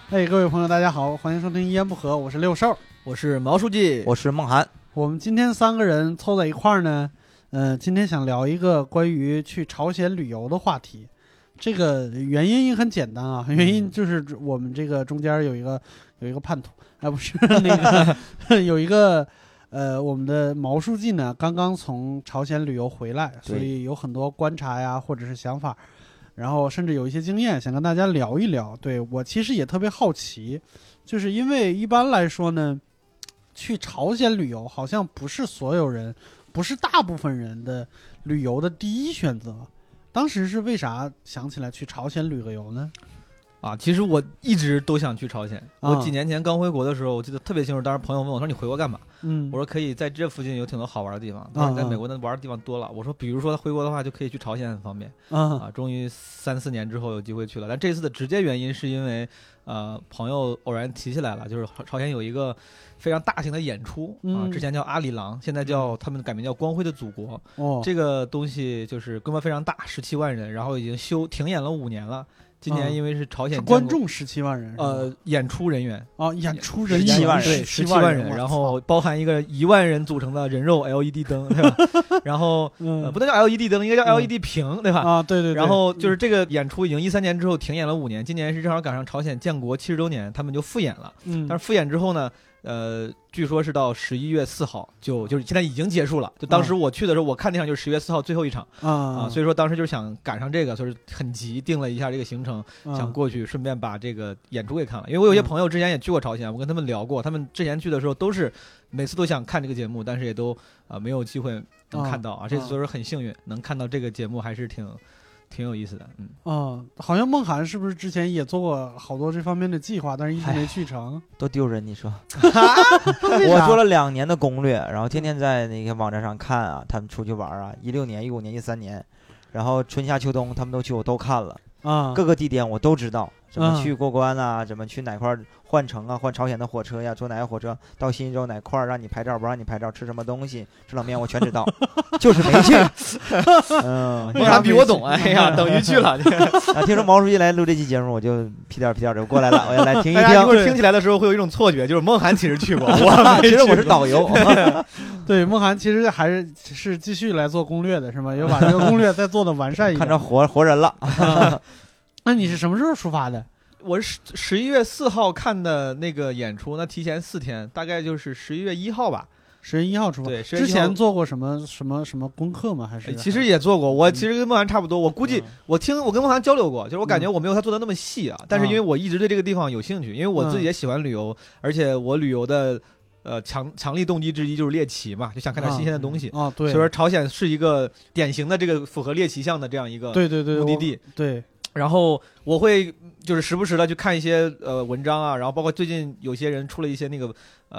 各位朋友，大家好，欢迎收听一言不合，我是六兽， 我是毛书记， 我是孟涵。 我们今天三个人凑在一块儿呢，今天想聊一个关于去朝鲜旅游的话题。这个原因也很简单啊，原因就是我们这个中间有一个叛徒，不是那个有一个我们的毛书记呢，刚刚从朝鲜旅游回来，所以有很多观察呀，或者是想法，然后甚至有一些经验想跟大家聊一聊。对，我其实也特别好奇，就是因为一般来说呢，去朝鲜旅游好像不是所有人，不是大部分人的旅游的第一选择。当时是为啥想起来去朝鲜旅个游呢？ 其实我一直都想去朝鲜。我几年前刚回国的时候，我记得特别清楚。当时朋友问我说：“你回国干嘛？”我说：“可以在这附近有挺多好玩的地方。”当然在美国那玩的地方多了。我说：“比如说回国的话，就可以去朝鲜，很方便。”终于3-4年之后有机会去了。但这次的直接原因是因为朋友偶然提起来了，就是朝鲜有一个非常大型的演出之前叫阿里郎，现在叫他们改名叫光辉的祖国。这个东西就是规模非常大，17万人，然后已经停演了5年了。今年因为是朝鲜是观众17万人， 演出人员演出人员 17万人， 对，17万人，然后包含一个1万人组成的人肉 LED 灯，对吧？然后不能叫 LED 灯，应该叫 LED 屏，对吧？ 对。 然后就是这个演出已经13年之后停演了5年，今年是正好赶上朝鲜建国70周年，他们就复演了。但是复演之后呢？据说是到11月4号就是现在已经结束了。就当时我去的时候，我看那场就是10月4号最后一场所以说当时就想赶上这个，所以很急定了一下这个行程，想过去顺便把这个演出给看了。因为我有些朋友之前也去过朝鲜，我跟他们聊过，他们之前去的时候都是每次都想看这个节目，但是也都没有机会能看到这次所以说很幸运能看到这个节目，还是挺有意思的。 好像孟涵是不是之前也做过好多这方面的计划，但是一直没去成， 多丢人！你说，我做了2年的攻略，然后天天在那个网站上看啊，他们出去玩啊，16年、15年、13年，然后春夏秋冬他们都去，我都看了各个地点我都知道，怎么去过关啊，怎么去哪块换乘啊，换朝鲜的火车呀，坐哪个火车到新州哪块让你拍照不让你拍照，吃什么东西，吃冷面我全知道，就是没去。 你还比我懂，哎呀，等于去了。 听说毛书记来录这期节目，我就屁颠的过来了，我要来听一听。 大家一会儿听起来的时候会有一种错觉，就是孟涵其实去过， 其实我是导游。 对，孟涵其实还是继续来做攻略的，是吗？要把这个攻略再做的完善一点。 看着活人了。 那你是什么时候出发的？ 我是11月4号看的那个演出，那提前4天，大概就是11月1号吧。 11月1号出发。 对， 之前做过什么功课吗？还是？ 其实也做过，我其实跟孟涵差不多。我估计我跟孟涵交流过，就是我感觉我没有他做的那么细啊。但是因为我一直对这个地方有兴趣，因为我自己也喜欢旅游，而且我旅游的强力动机之一就是猎奇嘛，就想看点新鲜的东西对。 所以说朝鲜是一个典型的这个符合猎奇项的这样一个目的地。 对。 然后我会就是时不时的去看一些文章啊，然后包括最近有些人出了一些那个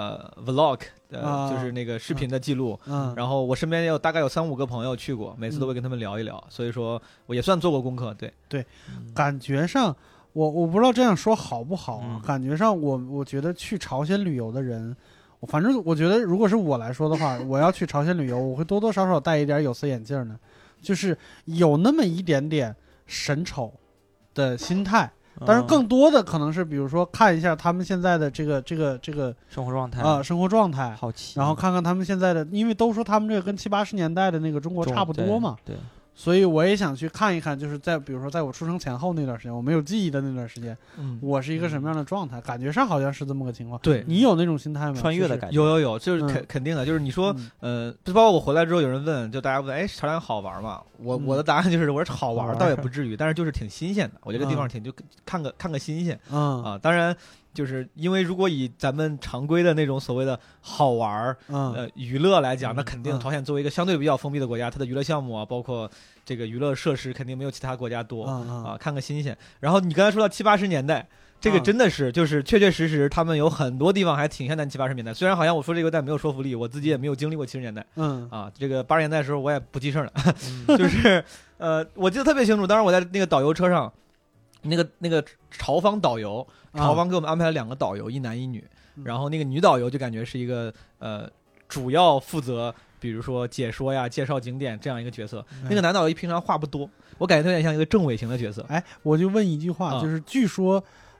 vlog 就是那个视频的记录，然后我身边大概有3-5个朋友去过，每次都会跟他们聊一聊，所以说我也算做过功课。对， 感觉上我不知道这样说好不好啊，感觉上我觉得去朝鲜旅游的人，反正我觉得如果是我来说的话，我要去朝鲜旅游，我会多多少少带一点有色眼镜的，就是有那么一点点审丑的心态，但是更多的可能是比如说看一下他们现在的这个生活状态好奇， 然后看看他们现在的，因为都说他们这个跟70-80年代的那个中国差不多嘛， 对， 所以我也想去看一看，就是比如说在我出生前后那段时间，我没有记忆的那段时间，我是一个什么样的状态，感觉上好像是这么个情况。 对， 你有那种心态吗？ 穿越的感觉。 有，就是肯定的，就是你说就包括我回来之后有人问，就大家问朝鲜好玩吗？我的答案就是我说好玩倒也不至于，但是就是挺新鲜的，我觉得这地方就看个新鲜当然就是因为如果以咱们常规的那种所谓的好玩娱乐来讲，那肯定朝鲜作为一个相对比较封闭的国家，它的娱乐项目啊，包括这个娱乐设施肯定没有其他国家多看个新鲜。然后你刚才说到70-80年代，这个真的是就是确确实实他们有很多地方还挺像在70-80年代，虽然好像我说这个但没有说服力，我自己也没有经历过70年代这个80年代的时候我也不记事了就是我记得特别清楚，当时我在那个导游车上，那个朝方导游朝方给我们安排了2个导游，一男一女，然后那个女导游就感觉是一个主要负责比如说解说呀介绍景点这样一个角色，那个男导游平常话不多，我感觉他有点像一个政委型的角色。 我就问一句话，就是据说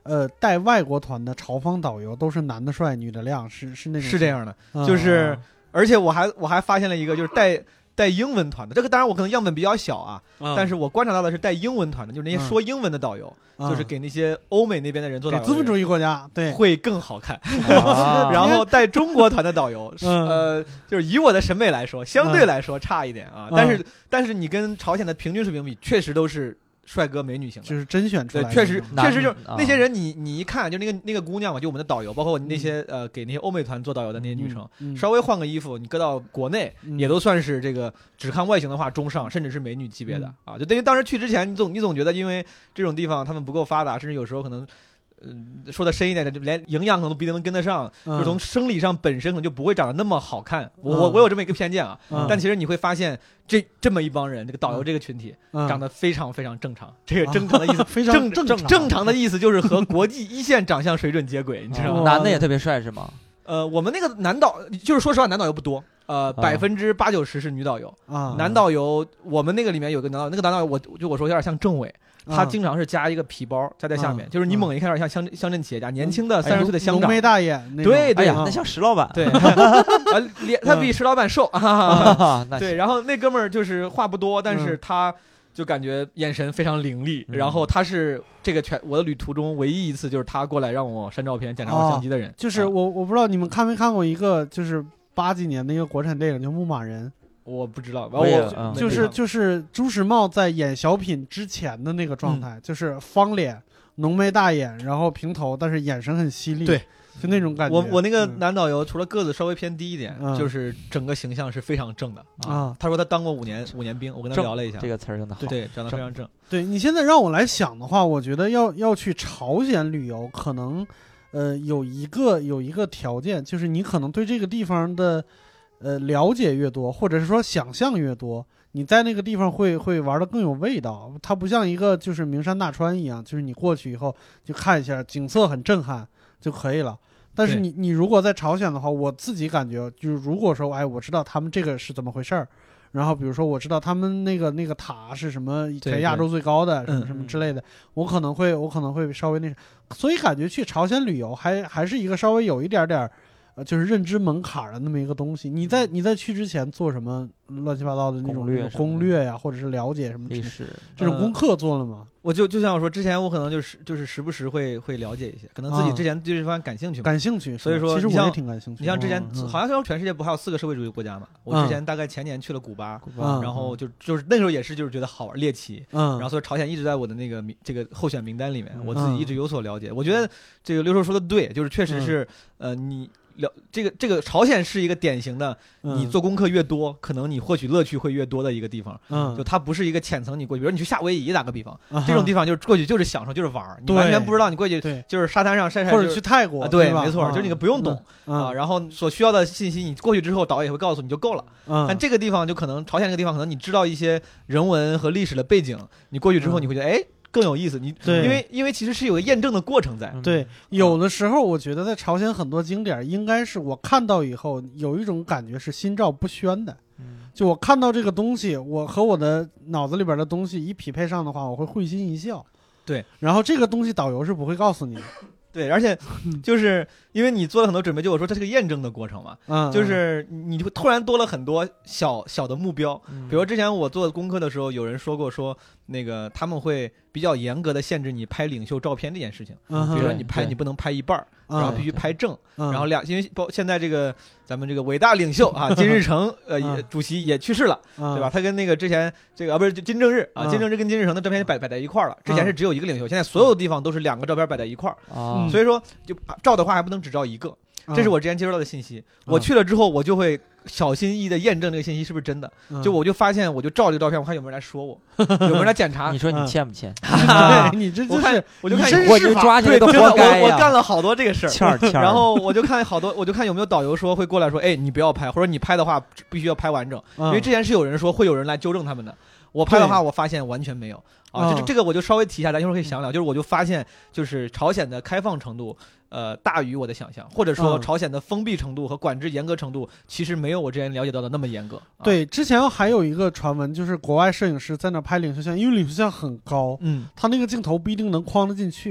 带外国团的朝方导游都是男的帅女的靓，是那种是这样的，就是而且我还发现了一个就是带英文团的，这个当然我可能样本比较小啊，但是我观察到的是带英文团的，就是那些说英文的导游，就是给那些欧美那边的人做导游， 资本主义国家对会更好看。然后带中国团的导游，就是以我的审美来说，相对来说差一点啊，但是你跟朝鲜的平均水平比，确实都是帅哥美女型的， 就是甄选出来的， 确实就是那些人你一看就那个姑娘嘛，就我们的导游，包括那些给那些欧美团做导游的那些女生，稍微换个衣服，你搁到国内也都算是这个只看外形的话中上，甚至是美女级别的啊。就等于当时去之前，你总觉得因为这种地方他们不够发达，甚至有时候可能。说的深一点，就连营养可能都不一定能跟得上，就从生理上本身可能就不会长得那么好看。我有这么一个偏见啊，但其实你会发现这么一帮人，这个导游这个群体长得非常非常正常。这个正常的意思， 非常正常的意思就是和国际一线长相水准接轨，你知道吗？ 男的也特别帅是吗？ 我们那个男导就是说实话，男导游不多，80%-90%是女导游啊。男导游，我们那个里面有个男导游，那个男导游我说有点像政委。他经常是加一个皮包加在下面，就是你猛一看有点像乡镇企业家，年轻的30岁的乡长， 浓眉大眼， 对， 哎呀，那像石老板， 对，他比石老板瘦啊，对，然后那哥们儿就是话不多，但是他就感觉眼神非常凌厉，然后他是这个我的旅途中唯一一次就是他过来让我删照片、检查我相机的人， 就是我不知道你们看没看过一个就是80几年的一个国产电影叫《牧马人》。 我不知道， 就是朱时茂在演小品之前的那个状态，就是方脸、浓眉大眼，然后平头，但是眼神很犀利， 对， 就那种感觉。 我那个男导游除了个子稍微偏低一点，就是整个形象是非常正的啊。他说他当过5年兵，我跟他聊了一下， 这个词儿用的好， 对，长得非常正。 对，你现在让我来想的话，我觉得要去朝鲜旅游，可能有一个条件，就是你可能对这个地方的。了解越多，或者是说想象越多，你在那个地方会玩得更有味道。它不像一个就是名山大川一样，就是你过去以后就看一下景色很震撼就可以了。但是你如果在朝鲜的话，我自己感觉就是如果说我知道他们这个是怎么回事儿，然后比如说我知道他们那个塔是什么全亚洲最高的什么什么之类的，我可能会稍微那，所以感觉去朝鲜旅游还是一个稍微有一点就是认知门槛的那么一个东西。你在去之前做什么乱七八糟的那种攻略呀，或者是了解什么历史这种功课做了吗？ 我就像我说，之前我可能就是时不时会了解一些，可能自己之前对这方面感兴趣，所以说其实我也挺感兴趣。 你像之前好像说全世界不还有4个社会主义国家嘛？我之前大概前年去了古巴，然后就是那时候也是就是觉得好玩猎奇，然后所以朝鲜一直在我的那个这个候选名单里面，我自己一直有所了解。我觉得这个刘寿说的对，就是确实是你。这个朝鲜是一个典型的，你做功课越多，可能你获取乐趣会越多的一个地方。就它不是一个浅层，你过去，比如你去夏威夷打个比方，这种地方就是过去就是享受，就是玩，你完全不知道你过去就是沙滩上晒， 或者去泰国， 对，没错，就是你不用懂啊，然后所需要的信息你过去之后，导游也会告诉你就够了。但这个地方就可能朝鲜这个地方，可能你知道一些人文和历史的背景，你过去之后你会觉得更有意思，因为其实是有个验证的过程在。 对，有的时候我觉得在朝鲜很多景点应该是我看到以后有一种感觉是心照不宣的。就我看到这个东西，我和我的脑子里边的东西一匹配上的话，我会会心一笑。 对， 然后这个东西导游是不会告诉你的。 对，而且就是因为你做了很多准备，就我说这是个验证的过程嘛，就是你就突然多了很多小的目标，比如之前我做功课的时候，有人说过说那个他们会比较严格的限制你拍领袖照片这件事情，比如说你不能拍一半，然后必须拍正，然后因为现在这个咱们这个伟大领袖啊金日成主席也去世了，对吧？他跟那个之前这个不是金正日啊，金正日跟金日成的照片摆在一块了，之前是只有一个领袖，现在所有地方都是2个照片摆在一块所以说就照的话还不能只照一个，这是我之前接收到的信息。我去了之后，我就会小心翼翼的验证这个信息是不是真的。就我就发现，我就照这个照片，我看有没有人来说我，有没有人来检查。 你说你欠不欠？ 你这就是我就看我就抓起来都活该呀！ 我干了好多这个事儿，然后我就看有没有导游说会过来说，你不要拍，或者你拍的话必须要拍完整，因为之前是有人说会有人来纠正他们的。我拍的话，我发现完全没有啊！这个我就稍微提一下，咱一会儿可以详聊。就是我就发现，就是朝鲜的开放程度，大于我的想象，或者说朝鲜的封闭程度和管制严格程度，其实没有我之前了解到的那么严格。 对，之前还有一个传闻，就是国外摄影师在那拍领袖像，因为领袖像很高，他那个镜头不一定能框得进去。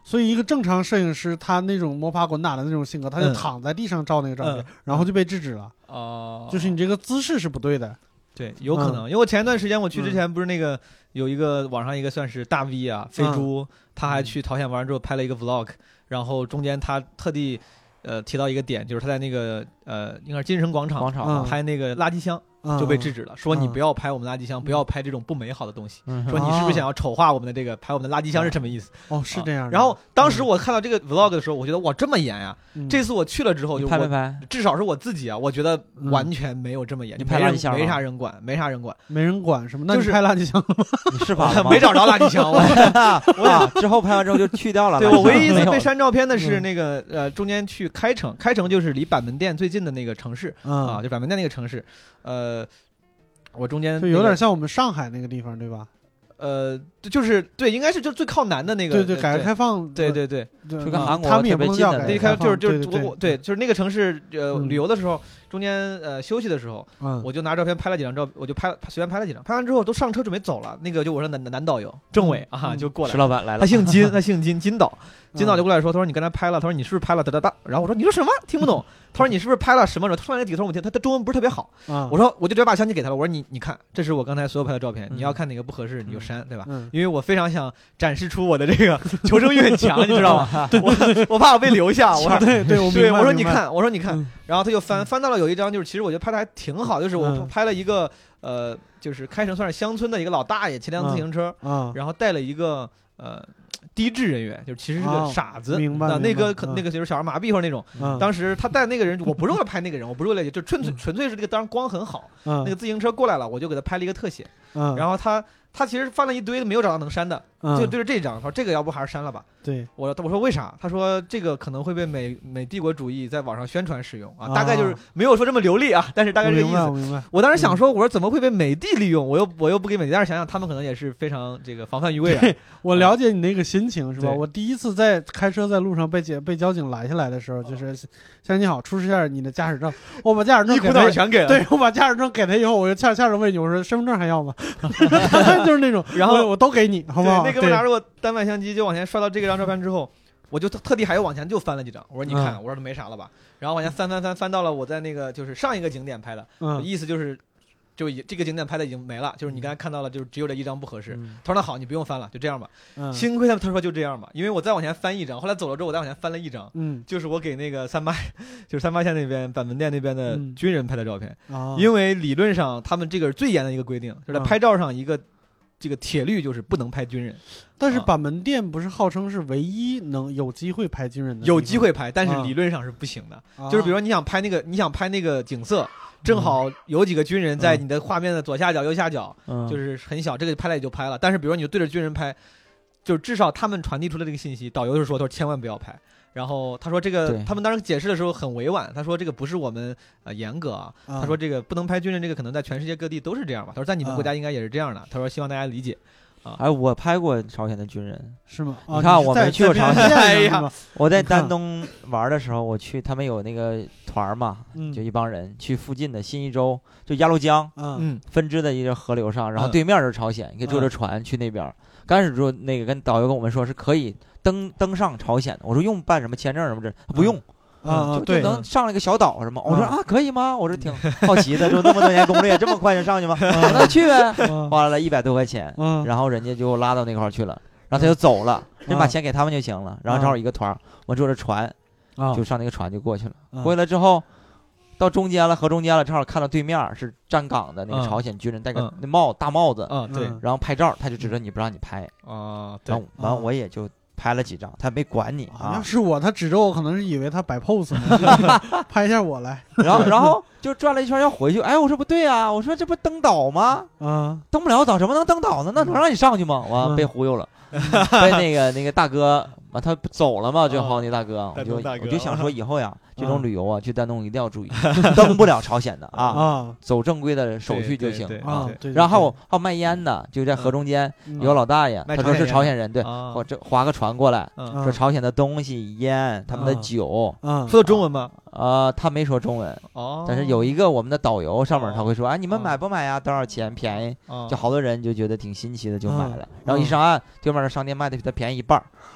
所以一个正常摄影师，他那种摸爬滚打的那种性格，他就躺在地上照那个照片，然后就被制止了。就是你这个姿势是不对的。 对，有可能，因为我前一段时间我去之前，不是那个有一个网上一个算是大 V 啊，飞猪，他还去朝鲜玩之后拍了一个 vlog，然后中间他特地提到一个点，就是他在那个应该是金城广场拍那个垃圾箱。就被制止了，说你不要拍我们垃圾箱，不要拍这种不美好的东西。说你是不是想要丑化我们的这个拍我们的垃圾箱是什么意思？ 是这样的。 然后当时我看到这个 vlog 的时候，我觉得哇这么严呀！这次我去了之后，就拍没拍？ 至少是我自己啊，我觉得完全没有这么严。 你拍垃圾箱没啥人管，没啥人管， 没人管什么？那就是拍垃圾箱了吗？ 你是吧？ 没找着垃圾箱， 我之后拍完之后就去掉了。 对，我唯一一次被删照片的是那个中间去开城就是离板门店最近的那个城市啊，就板门店那个城市，我中间就有点像我们上海那个地方，对吧？ 就是对，应该是就最靠南的那个。 对，改革开放。 对， 就跟韩国他们也不能叫改革开放。 对，就是那个城市旅游的时候，中间休息的时候，我就拿照片拍了几张照，我就随便拍了几张，拍完之后都上车准备走了，那个就我说男导游政委啊就过来， 石老板来了， 他姓金，金导就过来说，他说你刚才拍了，他说你是不是拍了哒，然后我说你说什么听不懂。他说你是不是拍了什么？他突然那个底头我听，他中文不是特别好。我说我就直接把相机给他了。我说你看，这是我刚才所有拍的照片，你要看哪个不合适你就删，对吧？因为我非常想展示出我的这个求生欲很强，你知道吗？我怕我被留下。我说对， 我说你看，然后他就翻到了有一张，就是其实我觉得拍的还挺好，就是我拍了一个就是开城算是乡村的一个老大爷骑辆自行车，然后带了一个低智人员，就是其实是个傻子，那个就是小儿麻痹或者那种。当时他带那个人，我不是为了拍那个人，我不是为了，就纯粹是这个当时光很好，那个自行车过来了，我就给他拍了一个特写。然后他其实翻了一堆没有找到能删的，就对着这张，他说这个要不还是删了吧。 对， 我说为啥？他说这个可能会被美帝国主义在网上宣传使用啊，大概就是没有说这么流利啊，但是大概这个意思。 明白。 我当时想说，我说怎么会被美帝利用？我又不给美帝，但是想想他们可能也是非常这个防范于未然。 我了解你那个心情是吧？我第一次在开车在路上被交警拦下来的时候，就是先生你好，出示一下你的驾驶证。我把驾驶证给他， 全给了。 对，我把驾驶证给他以后，我就下着问你，我说身份证还要吗？就是那种， 然后我都给你，好不好？ 那哥们拿着我单反相机就往前刷到这张照片之后，我就特地还有往前就翻了几张。我说你看，我说没啥了吧？然后往前翻到了我在那个就是上一个景点拍的，意思就是就这个景点拍的已经没了，就是你刚才看到了，就是只有这一张不合适。他说那好，你不用翻了，就这样吧。幸亏他说就这样吧，因为我再往前翻一张，后来走了之后我再往前翻了一张，就是我给那个就是三八线那边板门店那边的军人拍的照片。因为理论上他们这个是最严的一个规定，就是在拍照上一个这个铁律就是不能拍军人。 但是板门店不是号称是唯一能有机会拍军人的？ 有机会拍，但是理论上是不行的。就是比如说你想拍那个景色，正好有几个军人在你的画面的左下角右下角，就是很小，这个拍了也就拍了。但是比如说你就对着军人拍，就是至少他们传递出的这个信息，导游是说他说千万不要拍。然后他说这个他们当时解释的时候很委婉，他说这个不是我们严格啊，他说这个不能拍军人，这个可能在全世界各地都是这样吧，他说在你们国家应该也是这样的，他说希望大家理解。 我拍过朝鲜的军人， 是吗？ 你看我没去过朝鲜。 哎呀， 我在丹东玩的时候，我去他们有那个团嘛，就一帮人去附近的新一州，就鸭绿江分支的一个河流上，然后对面就是朝鲜，你可以坐着船去那边。刚开始说那个跟导游跟我们说是可以登上朝鲜的，我说用办什么签证什么的，他不用。就能上了一个小岛什么？我说可以吗？我说挺好奇的，就那么多年攻略，这么快就上去吗？那去呗，花了100多块钱，然后人家就拉到那块去了，然后他就走了，人把钱给他们就行了。然后正好一个团，我坐着船，就上那个船就过去了。过去了之后，到中间了，河中间了，正好看到对面是站岗的那个朝鲜军人，戴个那大帽子， 对， 然后拍照，他就指着你不让你拍对， 完我也就拍了几张，他没管你啊。 要是我，他指着我，可能是以为他摆 pose 呢，拍一下我来。 然后就转了一圈要回去，哎，我说不对啊，我说这不登岛吗？登不了岛，怎么能登岛呢？那能让你上去吗？我被忽悠了，被那个大哥。他走了嘛，最后那大哥，我就想说以后呀，这种旅游啊，去丹东一定要注意，登不了朝鲜的走正规的手续就行啊。然后还有卖烟的，就在河中间有老大爷，他说是朝鲜人，对，我这划个船过来，说朝鲜的东西、烟、他们的酒， 说的中文吗？ 他没说中文，但是有一个我们的导游上面他会说，哎，你们买不买呀？多少钱？便宜，就好多人就觉得挺新奇的就买了，然后一上岸，对面的商店卖的比他便宜一半。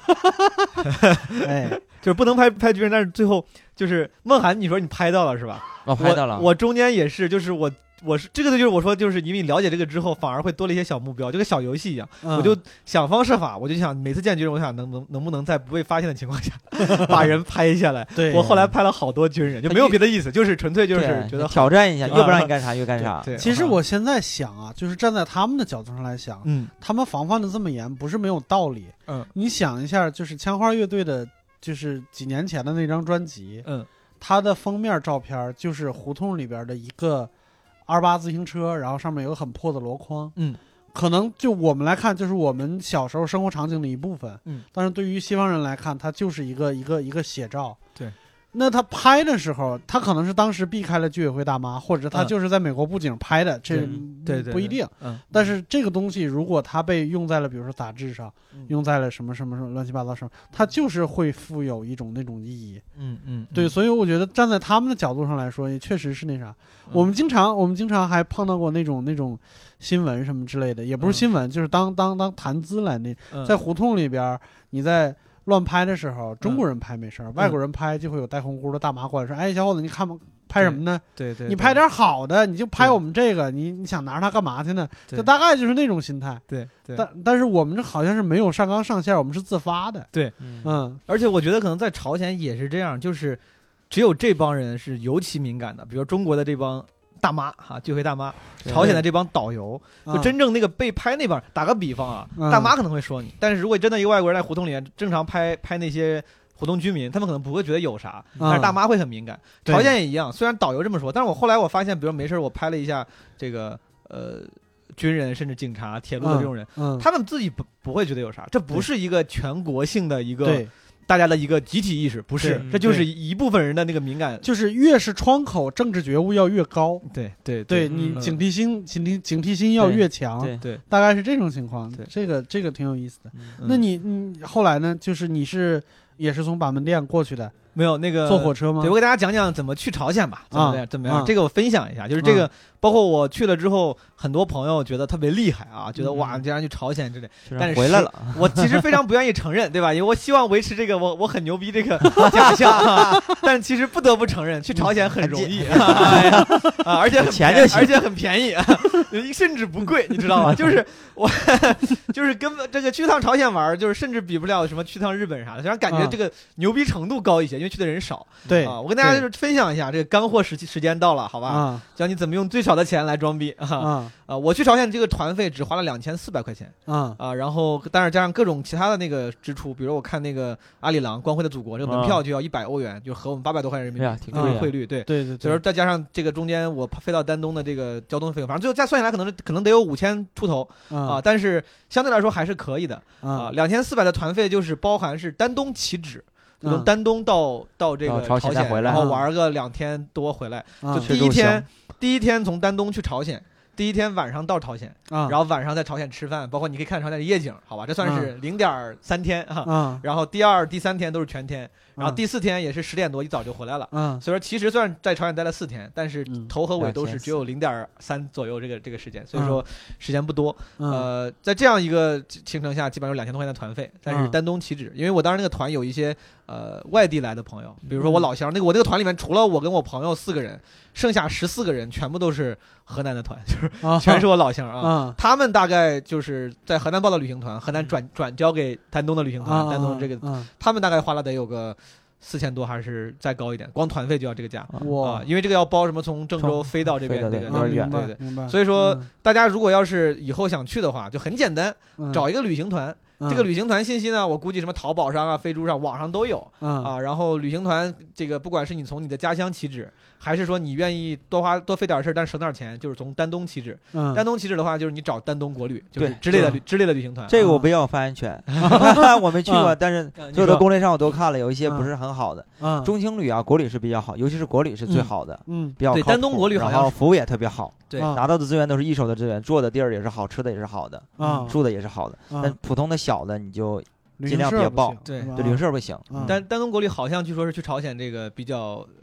哎， 就是不能拍军人，但是最后就是梦涵，你说你拍到了是吧？ 我拍到了。 我中间也是，就是我是这个就是我说就是因为你了解这个之后，反而会多了一些小目标，就跟小游戏一样。我就想方设法，我就想每次见军人，我想能不能在不被发现的情况下把人拍下来。 对， 我后来拍了好多军人，就没有别的意思，就是纯粹就是觉得挑战一下，越不让你干啥越干啥。 对， 其实我现在想啊，就是站在他们的角度上来想，他们防范的这么严，不是没有道理。你想一下，就是枪花乐队的，就是几年前的那张专辑，它的封面照片就是胡同里边的一个28自行车，然后上面有个很破的箩筐，可能就我们来看就是我们小时候生活场景的一部分，但是对于西方人来看，它就是一个写照。 对， 那他拍的时候，他可能是当时避开了居委会大妈，或者他就是在美国布景拍的，这对不一定。但是这个东西如果它被用在了比如说杂志上，用在了什么乱七八糟上，它就是会富有一种那种意义。对，所以我觉得站在他们的角度上来说，也确实是那啥。我们经常还碰到过那种新闻什么之类的，也不是新闻，就是当谈资来在胡同里边，你在乱拍的时候，中国人拍没事儿，外国人拍就会有戴红箍的大妈过来说：“哎，小伙子，你看拍什么呢？ 对， 你拍点好的，你就拍我们这个，你想拿着它干嘛去呢？”就大概就是那种心态。 对， 但是我们这好像是没有上纲上线，我们是自发的。 对，而且我觉得可能在朝鲜也是这样，就是只有这帮人是尤其敏感的，比如中国的这帮大妈哈，聚会大妈，朝鲜的这帮导游，就真正那个被拍那帮，打个比方啊，大妈可能会说你，但是如果真的一个外国人在胡同里面正常拍那些胡同居民，他们可能不会觉得有啥，但是大妈会很敏感。朝鲜也一样，虽然导游这么说，但是我后来我发现，比如没事我拍了一下这个军人甚至警察、铁路的这种人，他们自己不会觉得有啥，这不是一个全国性的一个。大家的一个集体意识不是，这就是一部分人的那个敏感， 就是越是窗口，政治觉悟要越高。 对， 你警惕心要越强。 对， 大概是这种情况。这个挺有意思的。那你后来呢？就是你也是从板门店过去的？ 没有那个坐火车吗？ 对，我给大家讲讲怎么去朝鲜吧。怎么样？这个我分享一下，就是这个，包括我去了之后，很多朋友觉得特别厉害啊，觉得哇，竟然去朝鲜之类。但是回来了， 我其实非常不愿意承认，对吧？因为我希望维持这个我很牛逼这个假象啊。但其实不得不承认，去朝鲜很容易而且钱就行， 而且很便宜，甚至不贵，你知道吗？就是我就是跟这个去趟朝鲜玩，就是甚至比不了什么去趟日本啥的，虽然感觉这个牛逼程度高一些，因为去的人少。 对啊，我跟大家就是分享一下这个干货时间到了，好吧？教你怎么用最少的钱来装逼我去朝鲜这个团费只花了2400块钱然后但是加上各种其他的那个支出，比如我看那个阿里郎光辉的祖国这个门票就要100欧元，就合我们800多块人民币，这个汇率。对，所以说再加上这个中间我飞到丹东的这个交通费用，反正最后再算下来可能得有5000出头但是相对来说还是可以的2400的团费就是包含是丹东起止。从丹东到这个朝鲜回来， 然后玩个2天多回来。就第一天从丹东去朝鲜，第一天晚上到朝鲜，然后晚上在朝鲜吃饭，包括你可以看朝鲜的夜景，好吧？这算是0.3天然后第2、第3天都是全天，然后第4天也是10点多一早就回来了所以说其实虽然在朝鲜待了4天，但是头和尾都是只有0.3左右这个时间，所以说时间不多在这样一个行程下，基本上有2000多块钱的团费，但是丹东起止，因为我当时那个团有一些外地来的朋友，比如说我老乡，我那个团里面除了我跟我朋友4个人，剩下14个人全部都是河南的团，就是全是我老乡他们大概就是在河南报的旅行团，河南转交给丹东的旅行团，丹东这个他们大概花了得有个4000多，还是再高一点，光团费就要这个价因为这个要包什么从郑州飞到这边，这个有点远，对，所以说大家如果要是以后想去的话，就很简单，找一个旅行团。这个旅行团信息呢，我估计什么淘宝上飞猪上网上都有然后旅行团这个不管是你从你的家乡起止，还是说你愿意多费点事但省点钱，就是从丹东起止丹东起止的话，就是你找丹东国旅，就是之类的旅行团。 这个我比较有发言权我没去过但是所有的攻略上我都看了，有一些不是很好的中青旅国旅是比较好，尤其是国旅是最好的比较靠谱。 对，丹东国旅好像然后服务也特别好， 对， 拿到的资源都是一手的资源，住的地儿也是好，吃的也是好的住的也是好的但普通的小的你就尽量别报， 对， 旅行社不行丹东国旅好像据说是去朝鲜这个比较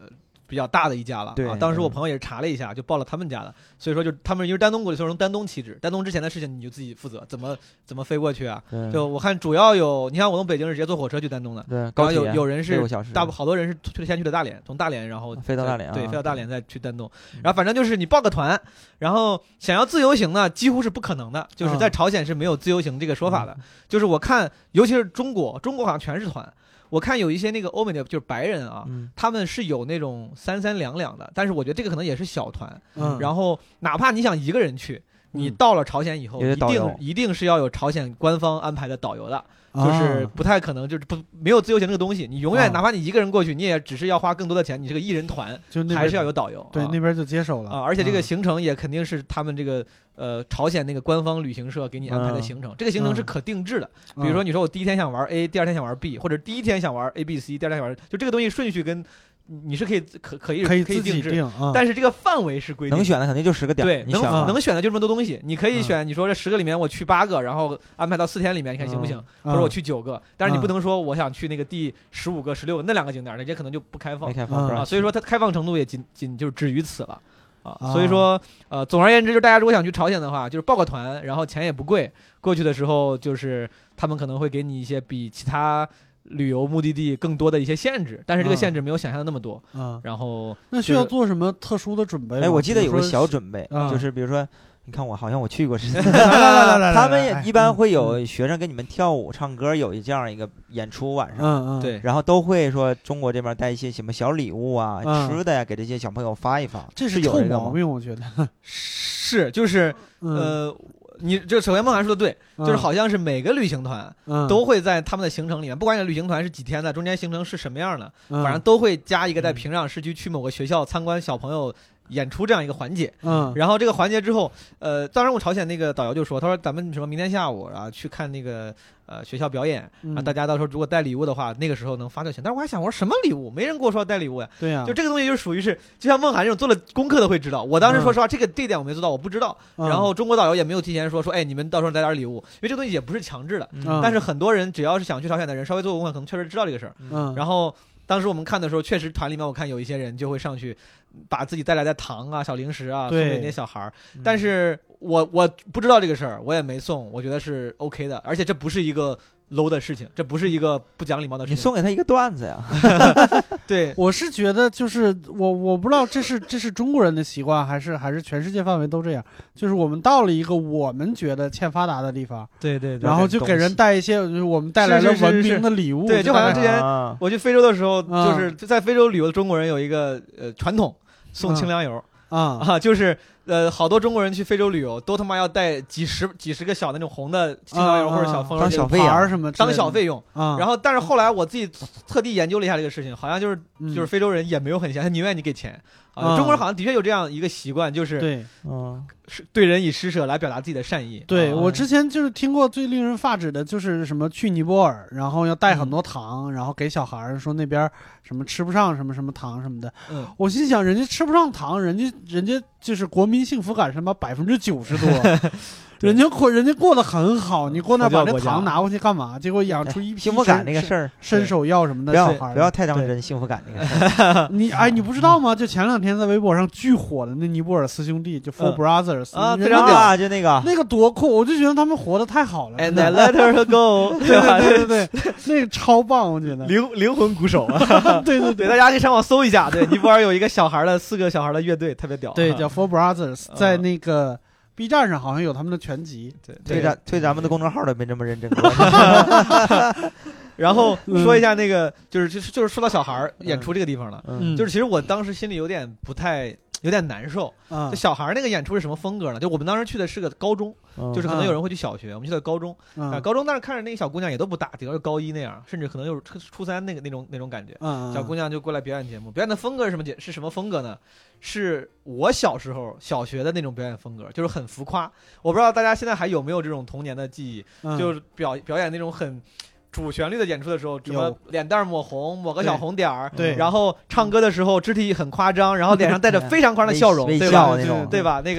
比较大的一家了。 对当时我朋友也是查了一下，就报了他们家的，所以说就他们因为丹东过去，所以从丹东起止，丹东之前的事情你就自己负责，怎么飞过去啊？就我看主要有，你看我从北京是直接坐火车去丹东的， 对， 然后有人是好多人是先去的大连，从大连然后飞到大连， 对，飞到大连再去丹东，然后反正就是你报个团，然后想要自由行呢，几乎是不可能的，就是在朝鲜是没有自由行这个说法的，就是我看尤其是中国好像全是团。我看有一些那个欧美的就是白人啊，他们是有那种3、3、2、2的，但是我觉得这个可能也是小团。然后哪怕你想一个人去，你到了朝鲜以后，一定是要有朝鲜官方安排的导游的，就是不太可能就是没有自由行这个东西，你永远哪怕你一个人过去，你也只是要花更多的钱，你这个一人团还是要有导游。 对，那边就接手了而且这个行程也肯定是他们这个。朝鲜那个官方旅行社给你安排的行程，这个行程是可定制的。比如说，你说我第一天想玩 A， 第二天想玩 B， 或者第一天想玩 A、B、C， 第二天想玩，就这个东西顺序跟你是可以定制，但是这个范围是规定， 能选的肯定就10个点。 对，能选的就这么多东西。你可以选，你说这10个里面我去8个，然后安排到4天里面，你看行不行？或者我去9个，但是你不能说我想去那个第15个、16个那2个景点，那些可能就不开放啊。所以说它开放程度也仅就止于此了。所以说，总而言之，就大家如果想去朝鲜的话，就是报个团，然后钱也不贵，过去的时候就是他们可能会给你一些比其他旅游目的地更多的一些限制，但是这个限制没有想象的那么多。然后那需要做什么特殊的准备吗？ 我记得有个小准备，就是比如说。你看我好像我去过似的，他们也一般会有学生给你们跳舞、唱歌，有这样一个演出晚上， 对， 然后都会说中国这边带一些什么小礼物啊、吃的呀，给这些小朋友发一发， 这是有臭毛病，我觉得是就是你这首先孟涵说的对，就是好像是每个旅行团都会在他们的行程里面，不管你的旅行团是几天的，中间行程是什么样的，反正都会加一个在平壤市区去某个学校参观小朋友演出这样一个环节。然后这个环节之后，当然我朝鲜那个导游就说，他说咱们什么明天下午去看那个学校表演，大家到时候如果带礼物的话，那个时候能发就行。但是我还想，我说什么礼物？没人跟我说要带礼物呀。 对呀， 就这个东西就属于是，就像孟涵这种做了功课的会知道。我当时说实话，这点我没做到，我不知道。然后中国导游也没有提前说，哎，你们到时候带点礼物，因为这东西也不是强制的。但是很多人只要是想去朝鲜的人，稍微做过功课，可能确实知道这个事儿。然后当时我们看的时候，确实团里面我看有一些人就会上去把自己带来的糖啊、小零食啊送给那些小孩儿，但是我不知道这个事儿，我也没送，我觉得是 OK 的，而且这不是一个 low 的事情，这不是一个不讲礼貌的事情。 你送给他一个段子呀？ 对， 我是觉得就是我不知道这是中国人的习惯，还是全世界范围都这样。就是我们到了一个我们觉得欠发达的地方， 对， 然后就给人带一些就是我们带来了文明的礼物。 对，就好像之前我去非洲的时候，就是在非洲旅游的中国人有一个传统送清凉油就是好多中国人去非洲旅游都他妈要带几十个小的那种红的清凉油或者小风当小费啊什么当小费用然后但是后来我自己特地研究了一下这个事情，好像就是非洲人也没有很闲，他宁愿你给钱中国人好像的确有这样一个习惯，就是对人以施舍来表达自己的善意。 对，我之前就是听过最令人发指的就是什么去尼泊尔，然后要带很多糖，然后给小孩说那边什么吃不上什么什么糖什么的。我心想人家吃不上糖，人家就是国民幸福感什么90%多。人家过得很好，你过那把这糖拿过去干嘛？结果养出一批幸福感那个事儿， 伸手要什么的小孩， 不要太当真。幸福感那个事儿， 你不知道吗？就前2天在微博上巨火的那尼泊尔4兄弟，就 Four Brothers 非常屌，就那个多酷，我就觉得他们活得太好了。 And I let her go， 对，那个超棒，我觉得灵魂鼓手啊，对，大家可以上网搜一下，对，尼泊尔有一个4个小孩的乐队，特别屌， 对，叫 Four Brothers， 在那个。B 站上好像有他们的全集， 推咱们的公众号都没这么认真过。 然后说一下那个，就是说到小孩演出这个地方了，就是其实我当时心里有点难受。就小孩那个演出是什么风格呢？就我们当时去的是个高中，就是可能有人会去小学，我们去的高中高中，但是看着那个小姑娘也都不大，顶多是高1那样，甚至可能就是初3那种感觉。小姑娘就过来表演节目，表演的风格是什么风格呢？是我小时候小学的那种表演风格，就是很浮夸。我不知道大家现在还有没有这种童年的记忆，就是表演那种很主旋律的演出的时候，什么脸蛋抹红，抹个小红点儿， 对， 然后唱歌的时候肢体很夸张，然后脸上带着非常夸张的笑容，对吧？那个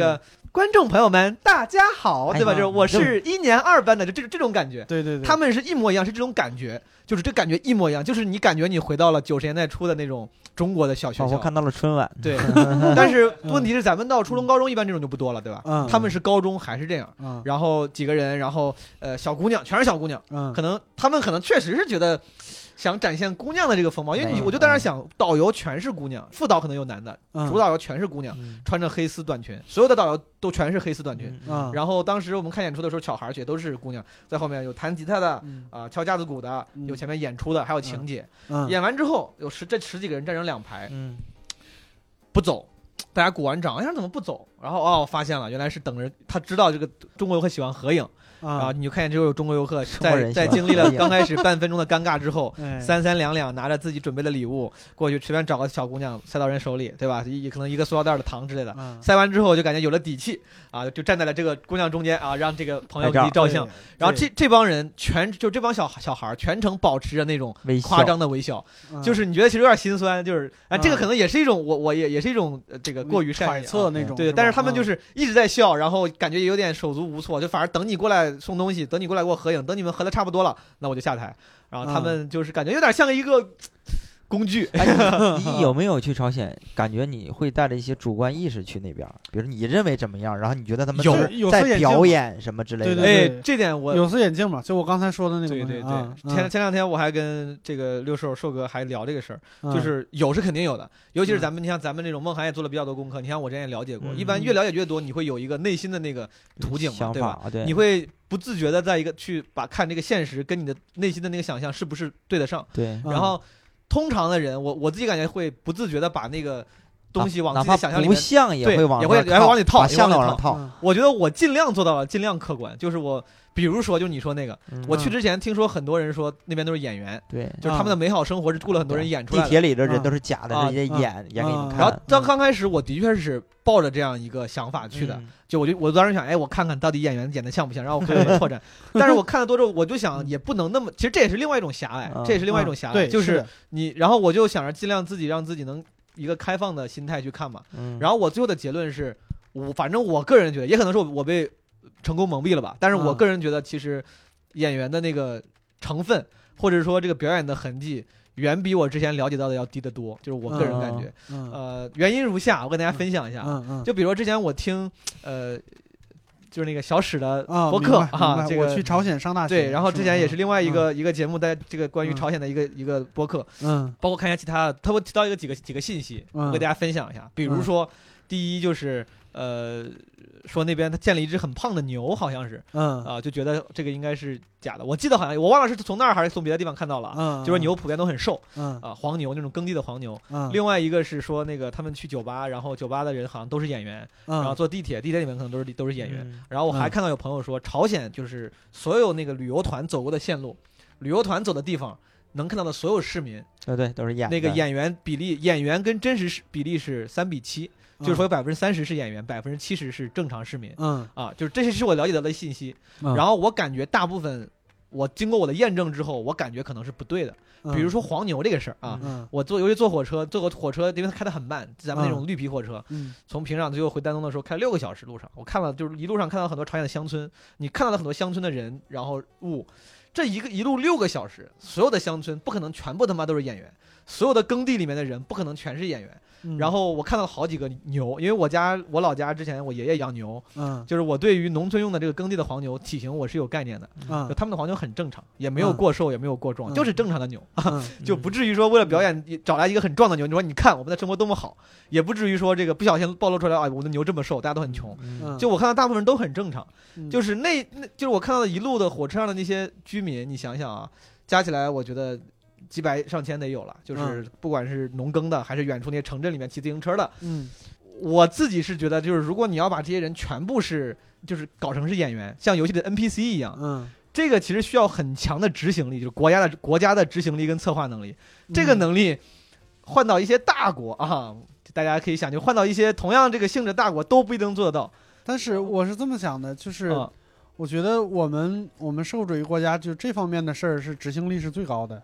观众朋友们，大家好，对吧？就是我是1年2班的，就这种感觉。 对对对， 他们是一模一样，是这种感觉，就是这感觉一模一样，就是你感觉你回到了90年代初的那种中国的小学校， 我看到了春晚。 对，但是问题是咱们到初中、高中一般这种就不多了，对吧？他们是高中还是这样，然后几个人，然后小姑娘，全是小姑娘，他们可能确实是觉得。想展现姑娘的这个风貌，因为我就在那想，导游全是姑娘，副导可能有男的，主导游全是姑娘，穿着黑丝短裙，所有的导游都全是黑丝短裙。然后当时我们看演出的时候，小孩也都是姑娘，在后面有弹吉他的，敲架子鼓的，有前面演出的，还有晴姐。演完之后，这十几个人站成2排，不走。大家鼓完掌，怎么不走？然后发现了，原来是等着他知道这个中国游客喜欢合影。你就看见这有中国游客在经历了刚开始半分钟的尴尬之后，三两两拿着自己准备的礼物过去，随便找个小姑娘塞到人手里，对吧？可能一个塑料袋的糖之类的，塞完之后就感觉有了底气啊，就站在了这个姑娘中间啊，让这个朋友给自己照相。然后这帮人这帮小孩全程保持着那种夸张的微笑，就是你觉得其实有点心酸，就是这个可能也是一种我也是一种这个过于揣测那种， 对，但是他们就是一直在笑，然后感觉也有点手足无措，就反正等你过来送东西，等你过来给我合影，等你们合的差不多了，那我就下台。然后他们就是感觉有点像一个工具。 你有没有去朝鲜？感觉你会带着一些主观意识去那边，比如你认为怎么样，然后你觉得他们在表演什么之类的。 对， 这点我有色眼镜嘛，就我刚才说的那个。 对。前两天我还跟这个六兽哥还聊这个事儿，就是有是肯定有的，尤其是你像咱们这种梦涵也做了比较多功课，你看我之前也了解过，一般越了解越多，你会有一个内心的那个途径嘛，对吧？ 对， 你会不自觉的在看这个现实跟你的内心的那个想象是不是对得上？ 对， 然后。通常的人，我自己感觉会不自觉的把那个东西往自己的想象里面， 不像也会往里套， 把像往上套。 我觉得我尽量做到了，尽量客观。就是我，比如说，就你说那个，我去之前听说很多人说那边都是演员， 对， 就是他们的美好生活是雇了很多人演出来的。 地铁里的人都是假的，人家演给你们看。 然后刚开始我的确是抱着这样一个想法去的，就我当时想，我看看到底演员演的像不像，然后我可以怎么拓展。但是我看了多之后，我就想也不能那么，其实这也是另外一种狭隘，这也是另外一种狭隘，就是你，然后我就想着尽量让自己能一个开放的心态去看嘛。然后我最后的结论是，反正我个人觉得，也可能是我被成功蒙蔽了吧，但是我个人觉得其实演员的那个成分，或者说这个表演的痕迹，远比我之前了解到的要低得多，就是我个人感觉。原因如下，我跟大家分享一下。就比如说之前我听就是那个小史的播客啊，我去朝鲜上大学。 对，然后之前也是另外一个节目，在这个关于朝鲜的一个播客，包括看一下其他的，他会提到几个信息，我给大家分享一下。比如说，第一就是说那边他见了一只很胖的牛，好像是，就觉得这个应该是假的。我记得好像我忘了是从那儿还是从别的地方看到了，就说牛普遍都很瘦，黄牛那种耕地的黄牛。另外一个是说那个他们去酒吧，然后酒吧的人好像都是演员，然后坐地铁里面可能都是演员。然后我还看到有朋友说，朝鲜就是所有那个旅游团走过的线路，旅游团走的地方能看到的所有市民， 对，都是演那个演员跟真实比例是3:7。就是说有30%是演员，70%是正常市民。就是这些是我了解到的信息。然后我感觉大部分，我经过我的验证之后，我感觉可能是不对的。比如说黄牛这个事儿啊，尤其坐火车，因为它开得很慢，咱们那种绿皮火车，从平壤最后回丹东的时候开6个小时路上，我看了就是一路上看到很多朝鲜的乡村，你看到了很多乡村的人，然后这一路6个小时，所有的乡村不可能全部他妈都是演员，所有的耕地里面的人不可能全是演员。然后我看到了好几个牛，因为我老家之前我爷爷养牛，就是我对于农村用的这个耕地的黄牛体型我是有概念的，就他们的黄牛很正常，也没有过瘦，也没有过壮，就是正常的牛，就不至于说为了表演找来一个很壮的牛，你说你看我们的生活多么好，也不至于说这个不小心暴露出来我的牛这么瘦，大家都很穷，就我看到大部分人都很正常，就是就是我看到的一路的火车上的那些居民，你想想啊，加起来我觉得几百上千得有了，就是不管是农耕的还是远处那些城镇里面骑自行车的，我自己是觉得，就是如果你要把这些人全部就是搞成是演员，像游戏的 NPC 一样，这个其实需要很强的执行力，就是国家的执行力跟策划能力，这个能力换到一些大国啊，大家可以想，就换到一些同样这个性质大国都不一定做得到。 但是我是这么想的，就是我觉得我们社会主义国家就这方面的事儿是执行力是最高的。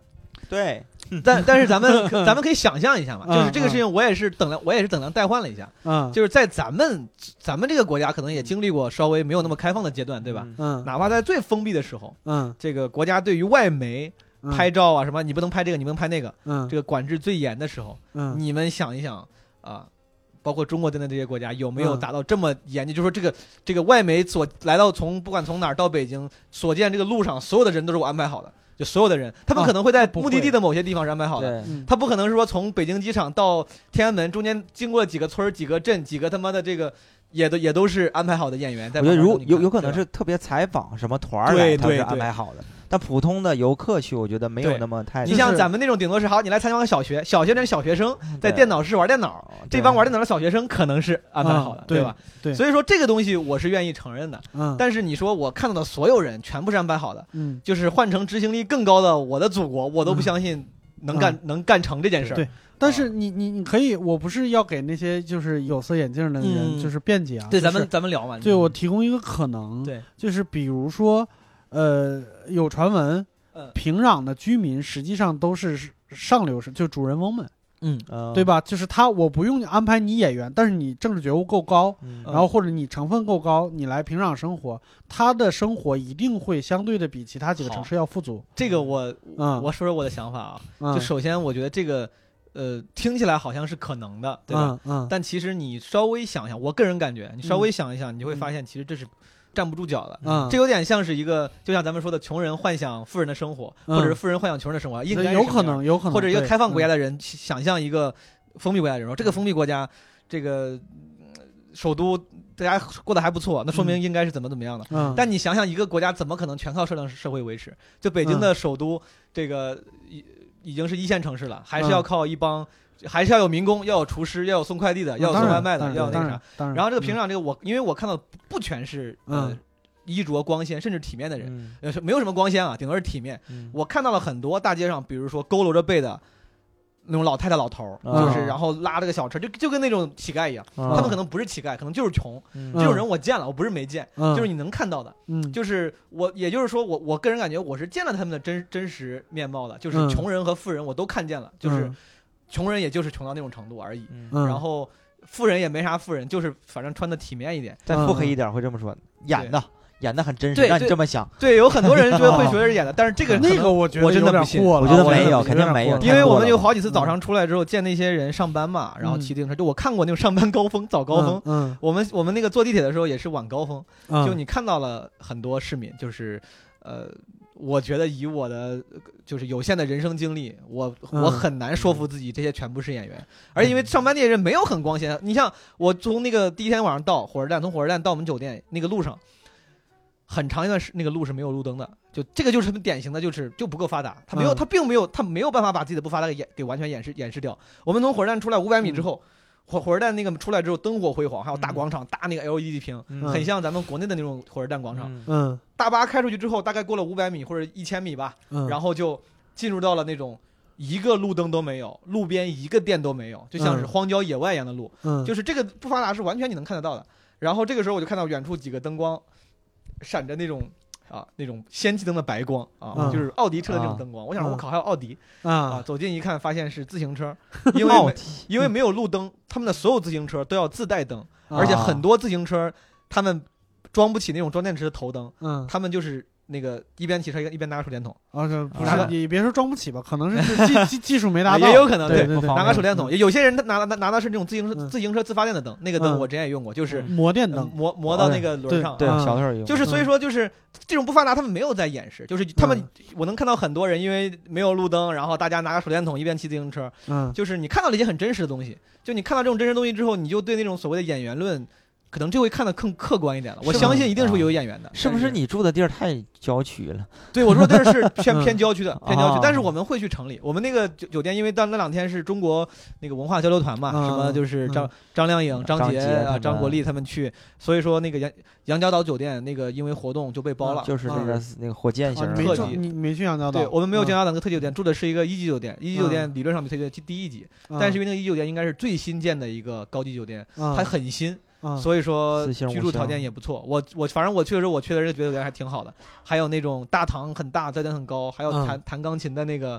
对， 但是咱们可以想象一下嘛，就是这个事情我也是等量代换了一下，就是在咱们这个国家可能也经历过稍微没有那么开放的阶段，对吧？哪怕在最封闭的时候，这个国家对于外媒拍照啊什么，你不能拍这个，你不能拍那个，这个管制最严的时候，你们想一想啊。包括中国等等这些国家有没有达到这么严谨？就是说这个外媒所来到不管从哪儿到北京所见这个路上所有的人都是我安排好的，就所有的人，他们可能会在目的地的某些地方是安排好的，他不可能是说从北京机场到天安门中间经过几个村几个镇几个他妈的这个也都是安排好的演员。我觉得有可能是特别采访什么团来，他是安排好的。但普通的游客去，我觉得没有那么太。 你像咱们那种，顶多是好，你来参观个小学那小学生在电脑室玩电脑，这帮玩电脑的小学生可能是安排好的，对吧？ 对， 所以说这个东西我是愿意承认的。但是你说我看到的所有人全部是安排好的，就是换成执行力更高的我的祖国，我都不相信能干成这件事。 对，但是你可以，我不是要给那些就是有色眼镜的人就是辩解啊。 对，咱们聊嘛。 对，我提供一个可能， 对， 就是比如说。有传闻，平壤的居民实际上都是上流就主人翁们，对吧？就是我不用安排你演员，但是你政治觉悟够高，然后或者你成分够高，你来平壤生活，他的生活一定会相对的比其他几个城市要富足。 这个我说说我的想法啊，就首先我觉得这个听起来好像是可能的，对吧？但其实你稍微想想，我个人感觉，你稍微想一想，你就会发现其实这是站不住脚的，这有点像是一个，就像咱们说的，穷人幻想富人的生活，或者是富人幻想穷人的生活，应该是有可能， 或者一个开放国家的人想象一个封闭国家的人，这个封闭国家，这个首都大家过得还不错，那说明应该是怎么样的。但你想想，一个国家怎么可能全靠社会维持？就北京的首都，这个已经是一线城市了，还是要靠一帮。还是要有民工，要有厨师，要有送快递的，要有送外卖的，要有那个啥。然后这个平壤这个因为我看到不全是衣着光鲜甚至体面的人，没有什么光鲜啊，顶多是体面。我看到了很多大街上，比如说佝偻着背的那种老太太老头，就是然后拉着个小车，就跟那种乞丐一样。他们可能不是乞丐，可能就是穷。这种人我见了，我不是没见，就是你能看到的。就是也就是说我个人感觉我是见了他们的真实面貌的，就是穷人和富人我都看见了，就是穷人也就是穷到那种程度而已，然后富人也没啥富人，就是反正穿的体面一点。 再腹黑一点会这么说，演的很真实，让你这么想。 对，有很多人会觉得是演的，但是这个我觉得我真的不信， 我觉得没有，肯定没有。 因为我们有好几次早上出来之后见那些人上班嘛，然后骑自行车，就我看过那种上班高峰早高峰。我们那个坐地铁的时候也是晚高峰，就你看到了很多市民，就是我觉得以我的就是有限的人生经历，我很难说服自己这些全部是演员，而因为上班那些人没有很光鲜。你像我从那个第一天晚上到火车站，从火车站到我们酒店那个路上，很长一段那个路是没有路灯的，就这个就是很典型的，就不够发达，他没有办法把自己的不发达给完全掩饰掉。我们从火车站出来500米之后。火车站那个出来之后灯火辉煌，还有大广场，大那个 LED 屏，很像咱们国内的那种火车站广场。大巴开出去之后，大概过了500米或者1000米吧，然后就进入到了那种一个路灯都没有，路边一个店都没有，就像是荒郊野外一样的路。就是这个不发达是完全你能看得到的。然后这个时候我就看到远处几个灯光闪着那种氙气灯的白光啊，就是奥迪车的那种灯光。我想我靠，还有奥迪啊！走近一看，发现是自行车，因为没有路灯，他们的所有自行车都要自带灯，而且很多自行车他们装不起那种装电池的头灯，他们就是那个一边骑车一边拿个手电筒啊，不是你别说装不起吧，可能是技术没达到， 也有可能对， 拿个手电筒。有些人他拿的是那种自行车自发电的灯，那个灯我之前也用过，就是磨电灯， 磨到那个轮上， 对，小时候用。 就是所以说就是这种不发达，他们没有在掩饰，就是他们我能看到很多人因为没有路灯，然后大家拿个手电筒一边骑自行车，就是你看到了一些很真实的东西，就你看到这种真实的东西之后，你就对那种所谓的演员论。可能就会看得更客观一点了。我相信一定是会有演员的。 是不是你住的地儿太郊区了？ 对，我住的地儿是偏郊区的，偏郊区。但是我们会去城里。我们那个酒店，因为那2天是中国那个文化交流团嘛，什么就是张靓颖、张杰啊、张国立他们去，所以说那个杨家岛酒店那个因为活动就被包了， 就是那个火箭型特级。 你没去杨家岛？ 对，我们没有杨家岛那个特级酒店，住的是一个1级酒店。1级酒店理论上比特级第1级，但是因为那个1级酒店应该是最新建的一个高级酒店，它很新。所以说居住条件也不错。反正我去的时候，我去的这个酒店还挺好的，还有那种大堂很大，菜单很高，还有弹钢琴的那个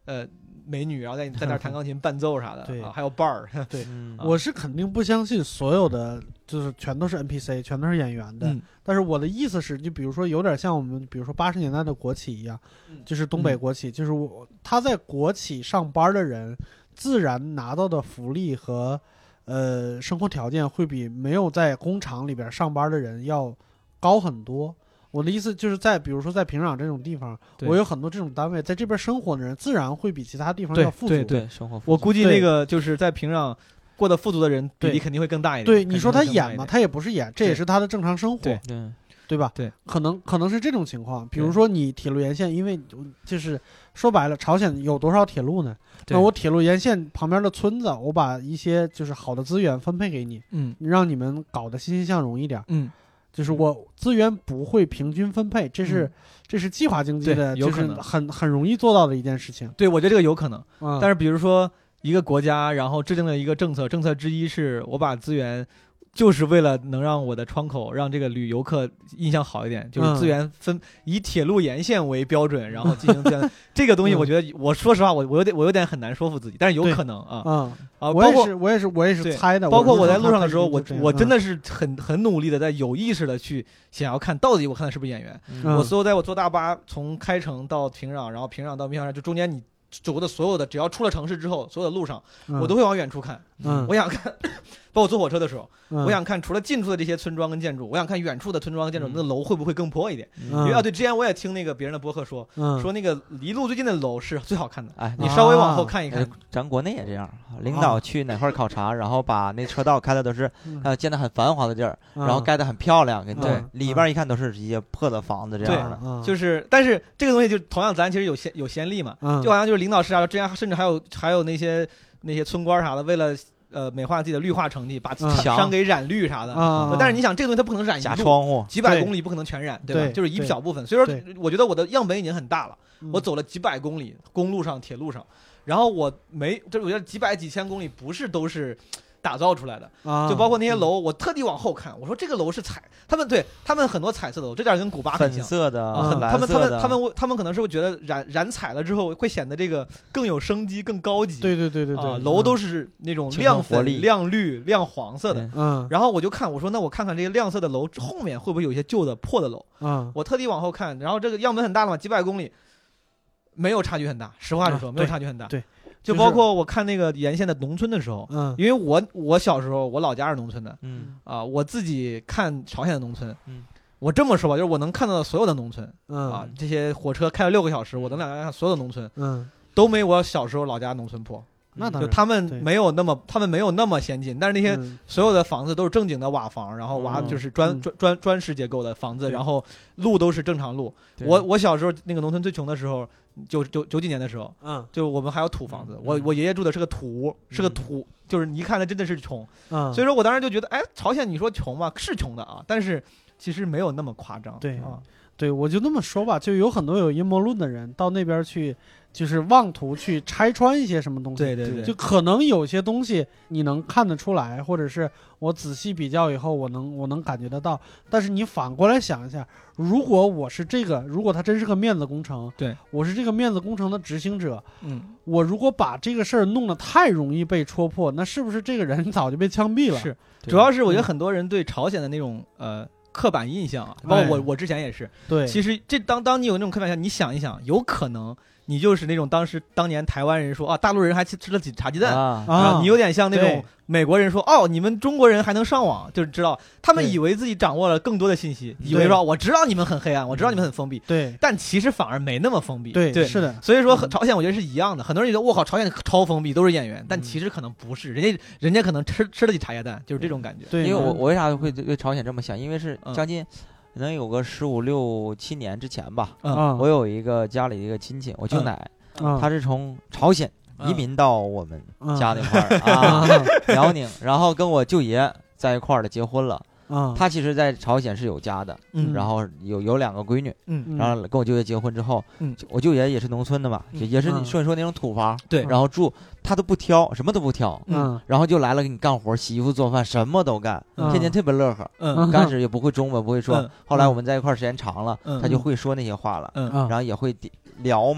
美女，然后在那儿弹钢琴伴奏啥的， 对还有伴儿。 对，我是肯定不相信所有的就是全都是 NPC， 全都是演员的。但是我的意思是，就比如说有点像我们，比如说80年代的国企一样，就是东北国企，就是他在国企上班的人，自然拿到的福利和生活条件会比没有在工厂里边上班的人要高很多。我的意思就是比如说在平壤这种地方，我有很多这种单位，在这边生活的人自然会比其他地方要富足。 对， 生活富足。 我估计那个就是在平壤过得富足的人比例肯定会更大一点。 对，你说他演嘛，他也不是演，这也是他的正常生活。对吧？ 对， 可能是这种情况。比如说你铁路沿线，因为就是说白了，朝鲜有多少铁路呢？那我铁路沿线旁边的村子，我把一些就是好的资源分配给你，让你们搞得欣欣向荣一点，就是我资源不会平均分配，这是计划经济的，就是很容易做到的一件事情。 对，我觉得这个有可能。但是比如说一个国家，然后制定了一个政策之一是我把资源。就是为了能让我的窗口让这个旅游客印象好一点，就是资源以铁路沿线为标准，然后进行这样这个东西，我觉得我说实话，我有点很难说服自己，但是有可能我也是猜的。 包括我在路上的时候，我真的是很努力的在有意识的去想要看到底我看的是不是演员。我坐大巴从开城到平壤，然后平壤到密航站，就中间你走的所有的，只要出了城市之后，所有的路上，我都会往远处看。我想看，包括坐火车的时候，我想看除了近处的这些村庄跟建筑，我想看远处的村庄跟建筑，那个楼会不会更破一点？因为对，之前我也听那个别人的播客说那个离路最近的楼是最好看的。你稍微往后看一看， 咱国内也这样，领导去哪块考察，然后把那车道开的都是建的很繁华的地儿，然后盖的很漂亮，对，里边一看都是一些破的房子这样的。 就是，但是这个东西就同样咱其实有先例嘛，就好像就是领导视察，之前甚至还有那些村官啥的，为了美化自己的绿化成绩，把墙给染绿啥的。但是你想，这个东西它不能染一路， 假窗户几百公里不可能全染，对吧？就是一小部分。所以说，我觉得我的样本已经很大了，我走了几百公里，公路上、铁路上，然后我觉得几百几千公里不是都是打造出来的，就包括那些楼，我特地往后看，我说这个楼是他们很多彩色的楼，这点跟古巴很像， 粉色的， 他们可能是会觉得染彩了之后会显得这个更有生机、更高级。 对， 楼都是那种亮粉、亮绿、亮黄色的。然后我就看，我说那我看看这些亮色的楼后面会不会有一些旧的破的楼。我特地往后看，然后这个样本很大了嘛，几百公里，没有差距很大。实话实说，没有差距很大。 对。 就包括我看那个沿线的农村的时候，因为我小时候我老家是农村的，我自己看朝鲜的农村，我这么说吧，就是我能看到的所有的农村，这些火车开了6个小时，我能看所有的农村，都没我小时候老家农村破。 那当然， 就他们没有那么先进，但是那些所有的房子都是正经的瓦房，然后就是砖石结构的房子，然后路都是正常路。我小时候那个农村最穷的时候，90几年的时候，就我们还有土房子。我爷爷住的是个土屋，就是你一看他真的是穷。所以说我当时就觉得，哎，朝鲜你说穷嘛，是穷的啊，但是其实没有那么夸张。 对，我就那么说吧，就有很多有阴谋论的人到那边去，就是妄图去拆穿一些什么东西。 对， 就可能有些东西你能看得出来，或者是我仔细比较以后，我能感觉得到。但是你反过来想一下，如果它真是个面子工程， 对， 我是这个面子工程的执行者，我如果把这个事儿弄得太容易被戳破，那是不是这个人早就被枪毙了？ 是，主要是我觉得很多人对朝鲜的那种刻板印象啊，包括我之前也是。对，其实当你有那种刻板印象，你想一想，有可能你就是那种当年台湾人说啊，大陆人还吃了茶鸡蛋啊，你有点像那种美国人说哦，你们中国人还能上网，就是知道他们以为自己掌握了更多的信息，以为说我知道你们很黑暗，我知道你们很封闭， 对， 但其实反而没那么封闭。 对，是的。 所以说朝鲜我觉得是一样的，很多人觉得我靠，朝鲜超封闭，都是演员，但其实可能不是，人家可能吃得起茶叶蛋，就是这种感觉。 对， 因为我为啥会对朝鲜这么想？因为是将近可能有个15、16、7年之前吧，我有一个家里的一个亲戚，我舅奶，他是从朝鲜移民到我们家那块儿辽宁，然后跟我舅爷在一块儿的结婚了。他其实在朝鲜是有家的，然后有2个闺女，然后跟我舅爷结婚之后，我舅爷也是农村的嘛，也是你说那种土房， 对， 然后住他都不挑，什么都不挑，然后就来了给你干活，洗衣服做饭什么都干，天天特别乐呵，刚开始也不会中文不会说，后来我们在一块儿时间长了，他就会说那些话了，然后也会聊嘛。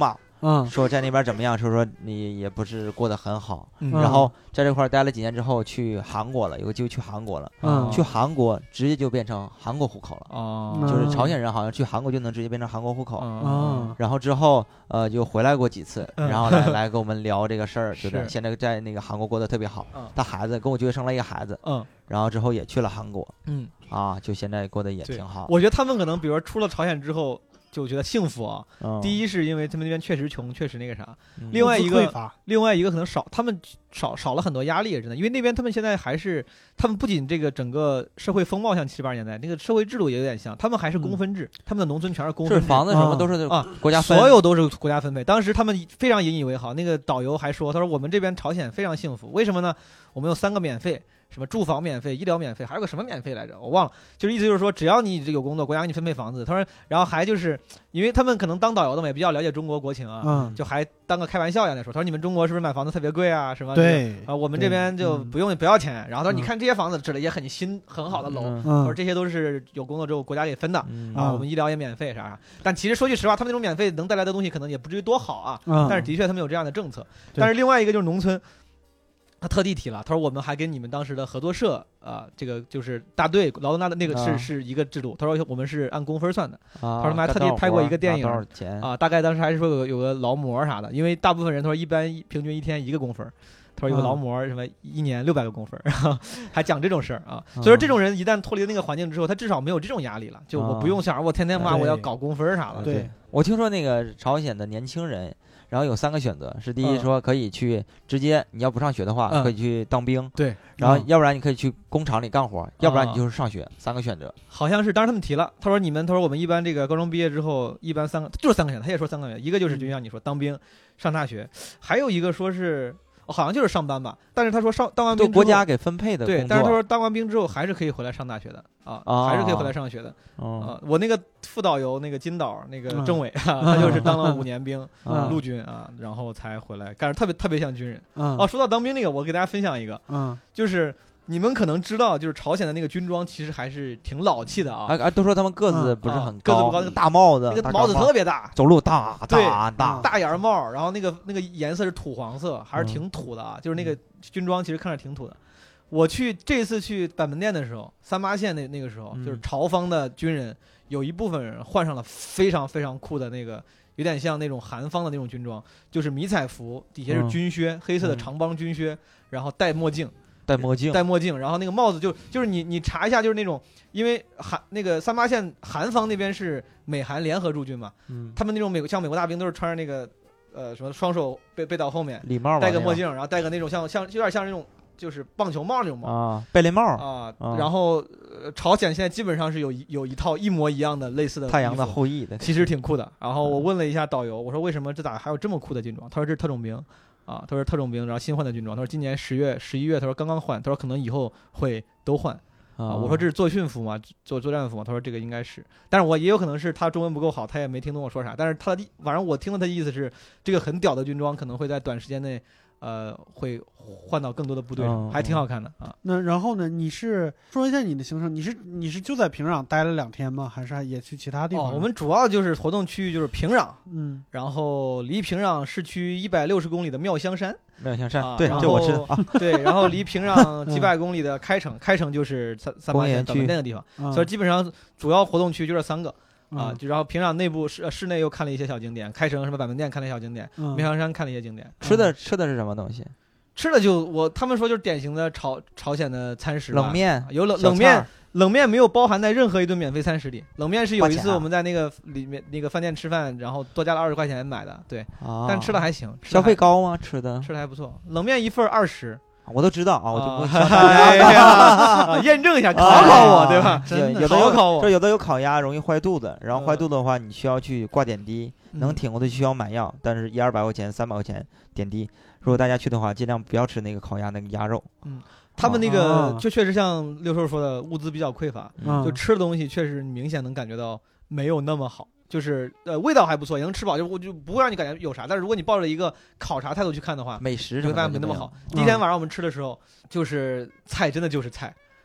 说在那边怎么样，说你也不是过得很好，然后在这块待了几年之后去韩国了，有个机会去韩国了，去韩国直接就变成韩国户口了，就是朝鲜人好像去韩国就能直接变成韩国户口，然后之后就回来过几次，然后来跟我们聊这个事儿，就是现在在那个韩国过得特别好，他孩子跟我舅舅生了一个孩子，然后之后也去了韩国，就现在过得也挺好。 我觉得他们可能比如说出了朝鲜之后就觉得幸福啊，第一是因为他们那边确实穷，确实那个啥，另外一个可能他们少了很多压力，真的，因为那边他们现在还是他们不仅这个整个社会风貌像70、80年代，那个社会制度也有点像，他们还是公分制，他们的农村全是公分制， 房子什么都是国家分， 所有都是国家分配。当时他们非常引以为豪，那个导游还说，他说我们这边朝鲜非常幸福，为什么呢？我们有3个免费。什么住房免费、医疗免费，还有个什么免费来着？我忘了。就是意思就是说，只要你这有工作，国家给你分配房子。他说，然后还就是因为他们可能当导游的嘛，也比较了解中国国情啊，就还当个开玩笑一样的说，他说你们中国是不是买房子特别贵啊？什么对我们这边就不要钱。然后他说你看这些房子指的也很好的楼，他说这些都是有工作之后国家给分的我们医疗也免费啥。但其实说句实话，他们那种免费能带来的东西可能也不至于多好啊。但是的确他们有这样的政策。但是另外一个就是农村。他特地提了，他说我们还跟你们当时的合作社这个就是大队劳动大的那个是一个制度。他说我们是按工分算的。他说他们还特地拍过一个电影大概当时还是说有个劳模啥的，因为大部分人他说一般平均1天1个工分。他说有个劳模什么1年600个工分，然后还讲这种事儿啊。所以说这种人一旦脱离那个环境之后，他至少没有这种压力了，就我不用想我天天骂我要搞工分啥的。 对， 我听说那个朝鲜的年轻人。然后有3个选择，是第一说可以去直接，你要不上学的话，可以去当兵， 对， 然后要不然你可以去工厂里干活，要不然你就是上学，3个选择。 好像是，当时他们提了，他说我们一般这个高中毕业之后，一般3个就是3个选择，他也说3个选择，一个就是就像你说当兵、上大学，还有一个说是。好像就是上班吧，但是他说当完兵之后国家给分配的工作， 对，但是他说当完兵之后还是可以回来上大学的还是可以回来上学的我那个副导游那个金导那个政委他就是当了5年兵陆军然后才回来，感觉特别像军人说到当兵那个，我给大家分享一个就是你们可能知道，就是朝鲜的那个军装其实还是挺老气的都说他们个子不是很高，个子不高，那个大帽子， 那个帽子特别大， 走路大檐帽，然后那个颜色是土黄色，还是挺土的就是那个军装其实看着挺土的。我这次去板门店的时候，38线那个时候，就是朝方的军人有一部分人换上了非常非常酷的那个。有点像那种韩方的那种军装，就是迷彩服，底下是军靴，黑色的长帮军靴，然后戴墨镜，然后那个帽子就是你查一下，就是那种，因为那个38线韩方那边是美韩联合驻军嘛，他们那种像美国大兵都是穿着那个什么双手背到后面， 礼帽， 戴个墨镜，然后戴个那种像有点像那种就是棒球帽那种帽贝雷帽然后朝鲜现在基本上是有一套一模一样的类似的太阳的后裔的， 其实挺酷的。然后我问了一下导游，我说为什么这咋还有这么酷的军装？他说这是特种兵他说特种兵，然后新换的军装。他说今年10月、11月，他说刚刚换，他说可能以后会都换我说这是作训服吗？作战服吗？他说这个应该是，但是我也有可能是他中文不够好，他也没听懂我说啥。但是反正我听了他的意思是，这个很屌的军装可能会在短时间内会换到更多的部队上，还挺好看的那然后呢？你是说一下你的行程？你是就在平壤待了2天吗？还是也去其他地方？ 我们主要就是活动区域就是平壤，然后离平壤市区160公里的妙香山， 对，这我知道对，然后离平壤几百公里的开城就是38线板门店的地方，所以基本上主要活动区就这3个。就然后平壤内部室内又看了一些小景点，开城什么板门店看了一些小景点，妙香山看了一些景点。 吃的是什么东西？ 吃的他们说就是典型的朝鲜的餐食， 冷面有冷面没有包含在任何一顿免费餐食里。冷面是有一次我们在那个里面那个饭店吃饭，然后多加了20块钱买的，对，但吃的还行。 消费高吗？吃的还不错，冷面1份20。 我都知道我就不验证一下，考我对吧？ 有的有烤鸭容易坏肚子，然后坏肚子的话，你需要去挂点滴，能挺过去需要买药，但是100-200块钱、300块钱点滴。如果大家去的话，尽量不要吃那个烤鸭那个鸭肉。 他们那个就确实像六兽说的，物资比较匮乏，就吃的东西确实明显能感觉到没有那么好。就是味道还不错，也能吃饱，就不会让你感觉有啥。但是如果你抱着一个考察态度去看的话， 美食就会发现没那么好。第一天晚上我们吃的时候，就是菜真的就是菜，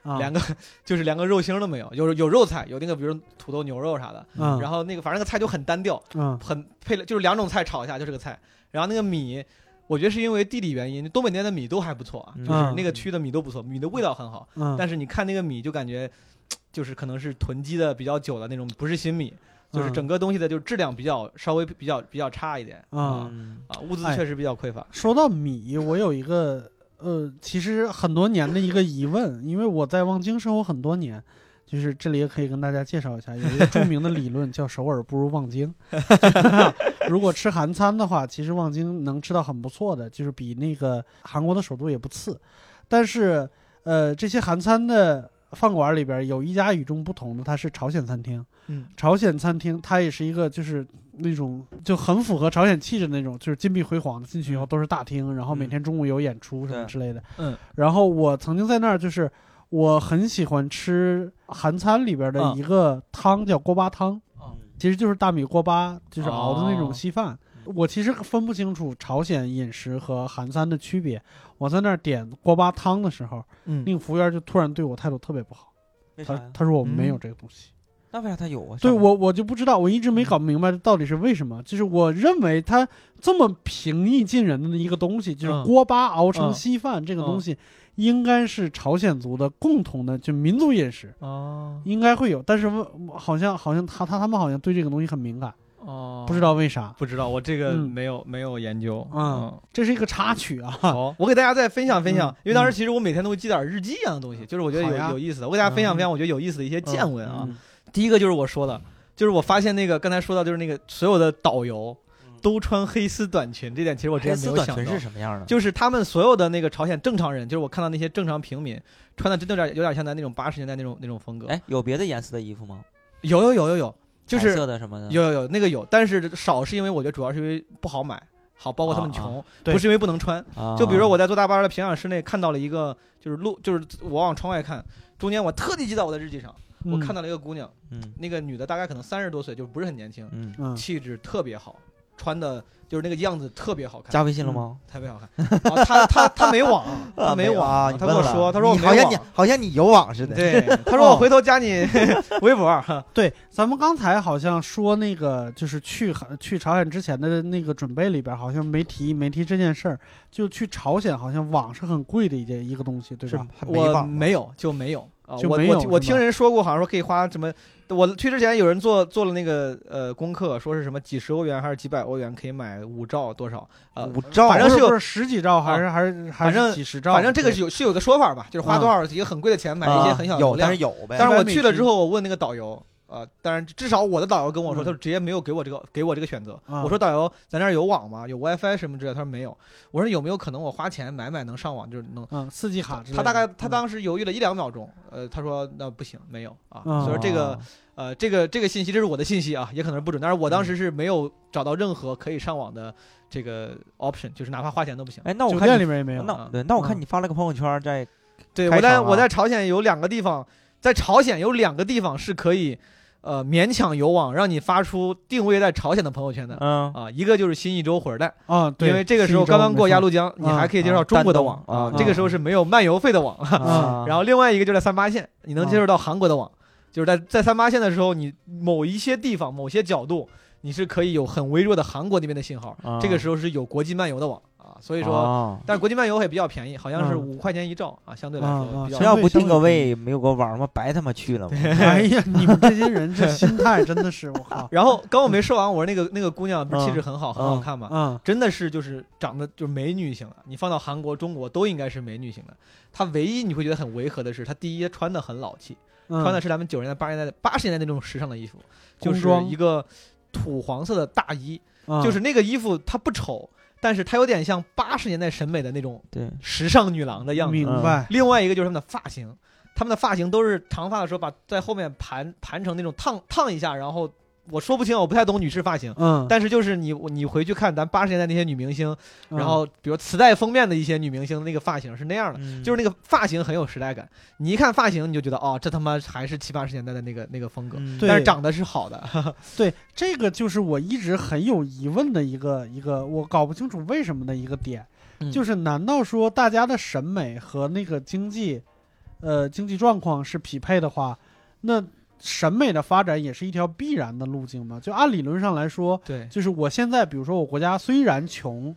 就是连个肉星都没有，有肉菜，有那个比如土豆牛肉啥的，然后那个反正那个菜就很单调，很配了，就是2种菜炒一下就这个菜，然后那个米。我觉得是因为地理原因，东北那边的米都还不错啊，就是那个区的米都不错，米的味道很好。但是你看那个米就感觉，就是可能是囤积的比较久的那种，不是新米，就是整个东西的就质量稍微比较差一点物资确实比较匮乏。 说到米，我有一个其实很多年的一个疑问，因为我在望京生活很多年。就是这里也可以跟大家介绍一下，有一个著名的理论叫首尔不如望京。如果吃韩餐的话，其实望京能吃到很不错的，就是比那个韩国的首都也不次。但是这些韩餐的饭馆里边有一家与众不同的，它是朝鲜餐厅。朝鲜餐厅它也是一个就是那种就很符合朝鲜气质的那种，就是金碧辉煌的，进去以后都是大厅，然后每天中午有演出什么之类的。然后我曾经在那儿就是我很喜欢吃韩餐里边的一个汤叫锅巴汤，其实就是大米锅巴就是熬的那种稀饭。我其实分不清楚朝鲜饮食和韩餐的区别。我在那儿点锅巴汤的时候，那个服务员就突然对我态度特别不好。他说我们没有这个东西。 那为啥他有啊？ 对，我就不知道，我一直没搞明白到底是为什么。就是我认为他这么平易近人的一个东西，就是锅巴熬成稀饭这个东西，应该是朝鲜族的共同的就民族饮食应该会有，但是好像他们好像对这个东西很敏感不知道为啥。 不知道，我这个没有研究这是一个插曲啊。 我给大家再分享分享，因为当时其实我每天都会记点日记一样的东西，就是我觉得有意思的，我给大家分享分享我觉得有意思的一些见闻啊。第一个就是我说的，就是我发现那个刚才说到就是那个所有的导游都穿黑丝短裙，这点其实我之前没有想到。 黑丝短裙是什么样的？ 就是他们所有的那个朝鲜正常人，就是我看到那些正常平民穿的真的有点像在那种80年代那种风格。 有别的颜色的衣服吗？ 有，就是白色的什么的。 有那个有，但是少是因为我觉得主要是因为不好买，包括他们穷，不是因为不能穿。就比如说我在坐大巴的平壤市内看到了一个，就是我往窗外看，中间我特地记在我的日记上。我看到了一个姑娘，那个女的大概可能30多岁，就不是很年轻，气质特别好，穿的就是那个样子特别好看。 加微信了吗？ 特别好看。他没网，他没网，他跟我说，他说我没网， 好像你有网似的。 对，他说我回头加你微博。 对，咱们刚才好像说那个就是去朝鲜之前的那个准备里边，好像没提这件事儿。就去朝鲜好像网是很贵的一个东西，对吧？ 我没有就没有。我听人说过，好像说可以花什么。我去之前有人做了那个功课，说是什么几十欧元还是几百欧元可以买5兆多少 5兆， 反正是有 10几兆还是几十兆， 反正这个是有个说法吧，就是花多少一个很贵的钱买一些很小的流量。 但是有呗。 但是我去了之后，我问那个导游。当然，至少我的导游跟我说，他直接没有给我这个选择。我说导游，咱那儿有网吗？有 WiFi 什么之类的？他说没有。我说有没有可能我花钱买能上网，就是能 4G 卡之类的？ 他当时犹豫了1-2秒钟，他说那不行，没有啊。所以说这个信息，这是我的信息啊，也可能是不准。但是我当时是没有找到任何可以上网的这个 option， 就是哪怕花钱都不行。 那我看酒店里面也没有。 那我看你发了个朋友圈在。 对，我在朝鲜有2个地方，在朝鲜有2个地方是可以。勉强有网让你发出定位在朝鲜的朋友圈的，一个就是新义州火车站对， 因为这个时候刚刚过鸭绿江，你还可以接受中国的网这个时候是没有漫游费的网然后另外一个就在3-8线，你能接受到韩国的网，就是在3-8线的时候，你某一些地方某些角度你是可以有很微弱的韩国那边的信号，这个时候是有国际漫游的网。所以说，但是国际漫游也比较便宜，好像是5块钱1兆相对来说比较。 要不定个位，没有个网吗？白他妈去了。 哎呀，你们这些人这心态真的是我靠。 然后刚我没说完，我说那个姑娘不是气质很好，很好看吗？真的是就是长得就是美女型的，你放到韩国、中国都应该是美女型的。她唯一你会觉得很违和的是，她第一穿的很老气，穿的是咱们90年代、80年代那种时尚的衣服，就是一个土黄色的大衣，就是那个衣服它不丑。但是它有点像80年代审美的那种时尚女郎的样子。 明白。 另外一个就是他们的发型，他们的发型都是长发的时候把在后面盘成那种烫一下，然后我说不清，我不太懂女士发型。但是就是你回去看咱80年代那些女明星，然后比如磁带封面的一些女明星那个发型是那样的，就是那个发型很有时代感。你一看发型你就觉得这他妈还是70-80年代的那个风格，但是长得是好的。 对，这个就是我一直很有疑问的一个我搞不清楚为什么的一个点，就是难道说大家的审美和那个经济经济状况是匹配的话，那审美的发展也是一条必然的路径嘛。就按理论上来说， 对， 就是我现在比如说我国家虽然穷，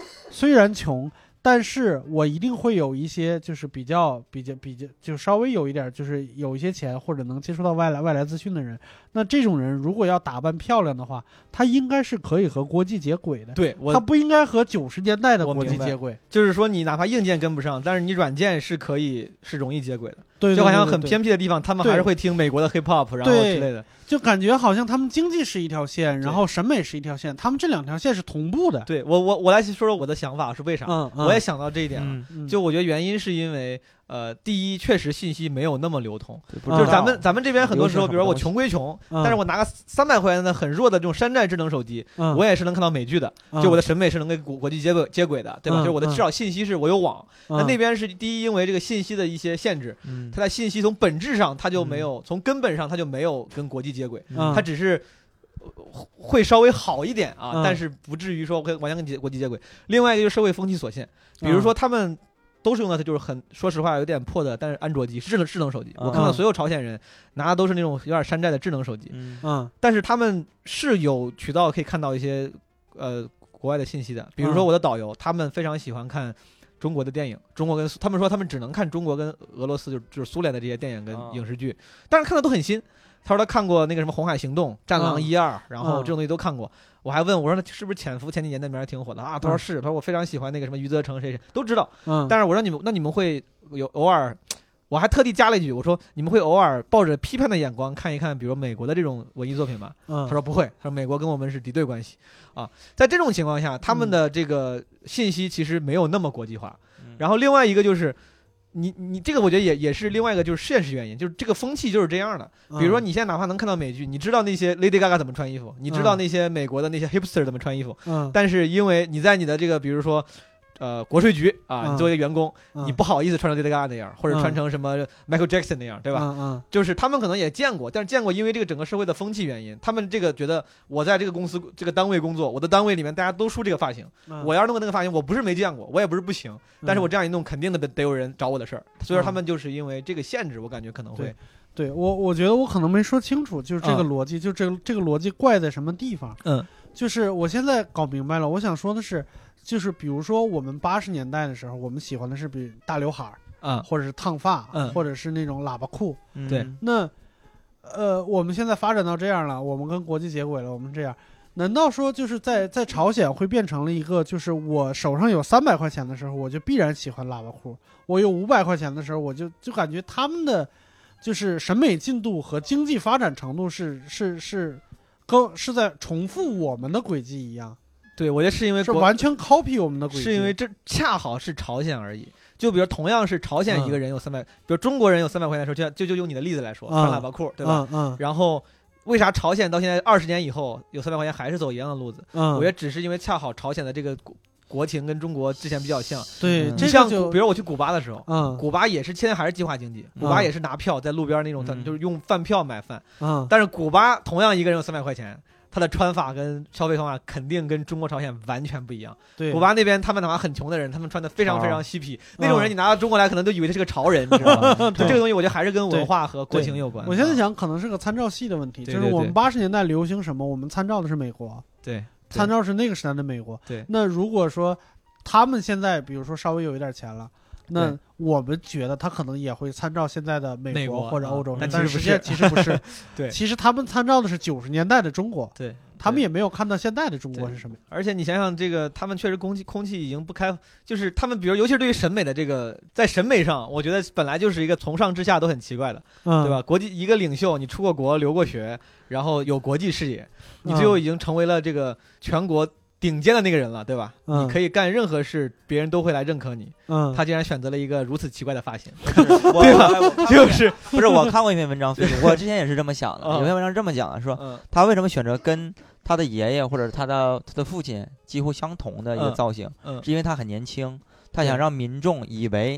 但是我一定会有一些就是比较就稍微有一点就是有一些钱或者能接触到外来资讯的人，那这种人如果要打扮漂亮的话，他应该是可以和国际接轨的。 对， 他不应该和90年代的国际接轨。 就是说你哪怕硬件跟不上，但是你软件是容易接轨的。 对， 就好像很偏僻的地方，他们还是会听美国的 hip hop， 然后之类的。 就感觉好像他们经济是一条线，然后审美是一条线，他们这2条线是同步的。 对，我来说说我的想法是为啥？我也想到这一点了。就我觉得原因是因为第一，确实信息没有那么流通，就是咱们这边很多时候，比如说我穷归穷，但是我拿个300块钱的很弱的这种山寨智能手机，我也是能看到美剧的，就我的审美是能跟国际接轨的，对吧？就是我的至少信息是我有网。那边是第一，因为这个信息的一些限制，它在信息从本质上它就没有，从根本上它就没有跟国际接轨，它只是会稍微好一点啊，但是不至于说完全跟国际接轨。另外一个就是社会风气所限，比如说他们都是用的，就是说实话有点破的，但是安卓机智能手机，我看到所有朝鲜人拿的都是那种有点山寨的智能手机，但是他们是有渠道可以看到一些国外的信息的，比如说我的导游，他们非常喜欢看中国的电影，他们说他们只能看中国跟俄罗斯就是苏联的这些电影跟影视剧，但是看的都很新。他说他看过那个什么《红海行动》《战狼1、2》，然后这种东西都看过。我还问我说那是不是潜伏前几年那边挺火的啊？他说是，他说我非常喜欢那个什么余则成谁都知道。但是我说你们会有偶尔，我还特地加了一句，我说你们会偶尔抱着批判的眼光看一看，比如美国的这种文艺作品吗？他说不会，他说美国跟我们是敌对关系啊。在这种情况下，他们的这个信息其实没有那么国际化。然后另外一个就是。你这个我觉得也是另外一个就是现实原因，就是这个风气就是这样的。比如说你现在哪怕能看到美剧，你知道那些 Lady Gaga 怎么穿衣服，你知道那些美国的那些 hipster 怎么穿衣服，但是因为你在你的这个比如说国税局啊，你作为一个员工，你不好意思穿成 Lady Gaga 那样，或者穿成什么 Michael Jackson 那样，对吧？就是他们可能也见过，但是见过，因为这个整个社会的风气原因，他们这个觉得我在这个公司这个单位工作，我的单位里面大家都梳这个发型，我要是弄那个发型，我不是没见过，我也不是不行，但是我这样一弄，肯定得有人找我的事儿。所以说他们就是因为这个限制，我感觉可能会。 对我觉得我可能没说清楚，就是这个逻辑，就这个逻辑怪在什么地方？就是我现在搞明白了，我想说的是。就是比如说我们80年代的时候，我们喜欢的是比大刘海或者是烫发或者是那种喇叭裤。 对， 那我们现在发展到这样了，我们跟国际接轨了，我们这样，难道说就是在朝鲜会变成了一个，就是我手上有300块钱的时候，我就必然喜欢喇叭裤；我有500块钱的时候，我就感觉他们的就是审美进度和经济发展程度是在重复我们的轨迹一样。 对，我觉得是因为是完全 copy 我们的轨迹， 是因为这恰好是朝鲜而已。就比如同样是朝鲜一个人有300，比如中国人有300块钱的时候，就用你的例子来说，穿喇叭裤，对吧？然后为啥朝鲜到现在20年以后有300块钱还是走一样的路子？我觉得只是因为恰好朝鲜的这个国情跟中国之前比较像。 对， 你像比如我去古巴的时候，古巴也是现在还是计划经济，古巴也是拿票在路边那种，就是用饭票买饭。但是古巴同样一个人有300块钱。他的穿法跟消费方法肯定跟中国朝鲜完全不一样。 对， 古巴那边他们哪怕很穷的人，他们穿的非常非常嬉皮，那种人你拿到中国来，可能都以为他是个潮人，你知道吗？这个东西我觉得还是跟文化和国情有关。 我现在想可能是个参照系的问题，就是我们80年代流行什么，我们参照的是美国， 对， 参照是那个时代的美国。 对， 那如果说他们现在比如说稍微有一点钱了，那我们觉得他可能也会参照现在的美国或者欧洲，但是实际不是。 对， 其实他们参照的是90年代的中国。 对。 他们也没有看到现在的中国是什么。 而且你想想，这个他们确实空气已经不开，就是他们比如尤其是对于审美的这个，在审美上，我觉得本来就是一个从上至下都很奇怪的，对吧？国际一个领袖，你出过国，留过学，然后有国际视野，你最后已经成为了这个全国顶尖的那个人了，对吧？你可以干任何事，别人都会来认可你。他竟然选择了一个如此奇怪的发型，对吧？就是不是我看过一篇文章，我之前也是这么想的。有篇文章这么讲的，说他为什么选择跟他的爷爷或者他的父亲几乎相同的一个造型，是因为他很年轻，他想让民众以为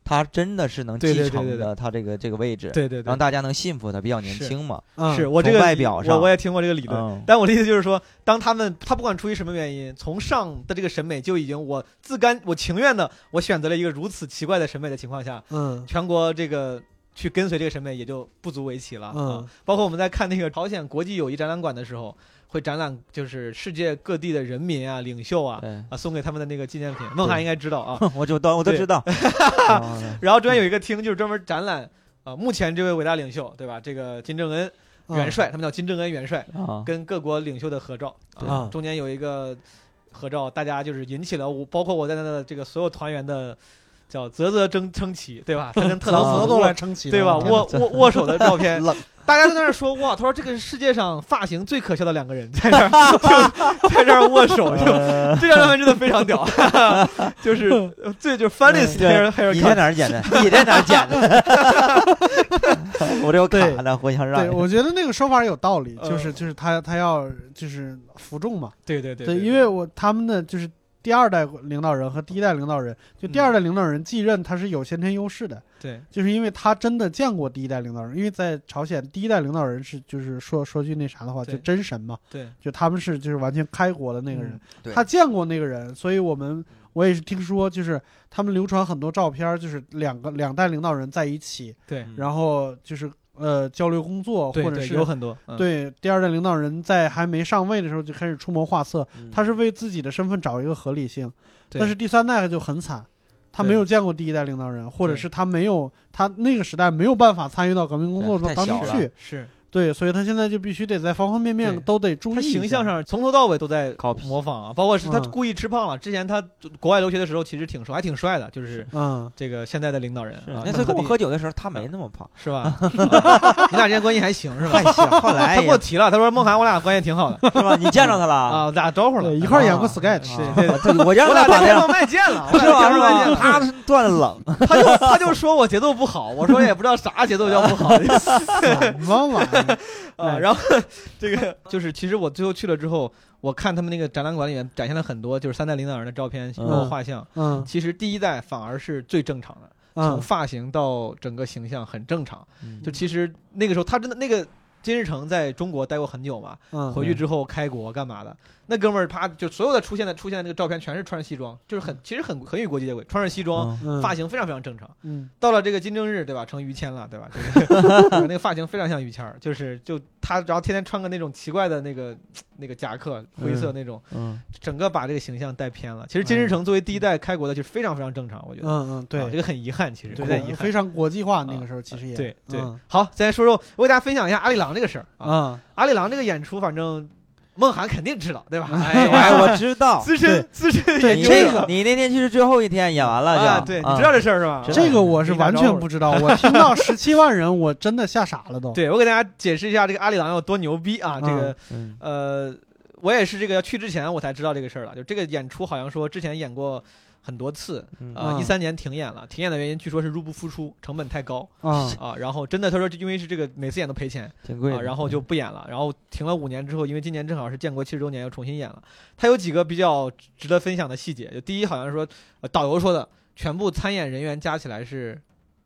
他真的是能继承的他这个位置， 对对， 让大家能信服他，比较年轻嘛。 是我这个外表上我也听过这个理论，但我的意思就是说，当他不管出于什么原因，从上的这个审美就已经我情愿的我选择了一个如此奇怪的审美的情况下，全国这个去跟随这个审美也就不足为奇了。包括我们在看那个朝鲜国际友谊展览馆的时候，会展览就是世界各地的人民啊、领袖啊送给他们的那个纪念品。孟涵应该知道啊， 我都知道。 然后中间有一个厅就是专门展览目前这位伟大领袖，对吧？这个金正恩元帅，他们叫金正恩元帅，跟各国领袖的合照中间有一个合照，大家就是引起了包括我在内的这个所有团员的叫啧称奇，对吧？他跟特朗普都来称奇， 对吧？握手的照片，大家都在那说哇，他说这个是世界上发型最可笑的两个人在这儿握手，这张照片真的非常屌，就是就是 funniest hair。 你在哪儿剪的？你在哪儿剪的？我这有卡的，互相让。 对，我觉得那个说法有道理，就是他要就是服众嘛。 对， 因为他们的就是第二代领导人和第一代领导人，就第二代领导人继任他是有先天优势的。 对， 就是因为他真的见过第一代领导人，因为在朝鲜第一代领导人是就是说句那啥的话，就真神嘛。 对， 就他们是就是完全开国的那个人，他见过那个人，所以我也是听说，就是他们流传很多照片，就是两代领导人在一起， 对， 然后就是交流工作，或者是有很多对第二代领导人在还没上位的时候就开始出谋划策，他是为自己的身份找一个合理性。但是第三代就很惨，他没有见过第一代领导人，或者是他那个时代没有办法参与到革命工作当中去， 是。 对，所以他现在就必须得在方方面面都得注意。 他形象上从头到尾都在模仿啊，包括是他故意吃胖了。之前他国外留学的时候其实挺瘦，还挺帅的，就是这个现在的领导人啊。 那次跟我喝酒的时候他没那么胖， 是吧？你俩之间关系还行是吧？ 还行。后来他给我提了，他说孟涵我俩关系挺好的， 是吧？你见着他了啊？打招呼了， 一块演过 sketch。 对， 我俩在电麦见了， 是吧？他断了冷， 他就说我节奏不好，我说也不知道啥节奏叫不好， 什么玩意儿啊？然后这个就是其实我最后去了之后，我看他们那个展览馆里面展现了很多就是三代领导人的照片包括画像。其实第一代反而是最正常的，从发型到整个形象很正常。就其实那个时候他真的那个金日成在中国待过很久嘛，回去之后开国干嘛的？那哥们儿啪就所有的出现的那个照片全是穿着西装，就是其实很与国际接轨，穿着西装，发型非常非常正常。到了这个金正日对吧，成于谦了对吧？那个发型非常像于谦，就他然后天天穿个那种奇怪的那个夹克，灰色那种，整个把这个形象带偏了。其实金日成作为第一代开国的，就是非常非常正常，我觉得。 对， 这个很遗憾，其实对，非常国际化那个时候其实也对。好，咱说我给大家分享一下阿里郎这个事儿啊。阿里郎这个演出，反正孟涵肯定知道，对吧？ 哎，我知道， 资深对这个，你那天去是最后一天演完了啊？对，你知道这事儿是吧？ 这个我是完全不知道，我听到17万人，我真的吓傻了都。 对，我给大家解释一下这个阿里郎有多牛逼啊！这个我也是这个要去之前我才知道这个事儿了，就这个演出好像说之前演过很多次，13年停演了，停演的原因据说是入不敷出，成本太高然后真的他说因为是这个每次演都赔钱， 挺贵然后就不演了，然后停了5年之后，因为今年正好是建国70周年，又重新演了。他有几个比较值得分享的细节，就第一好像是说导游说的，全部参演人员加起来是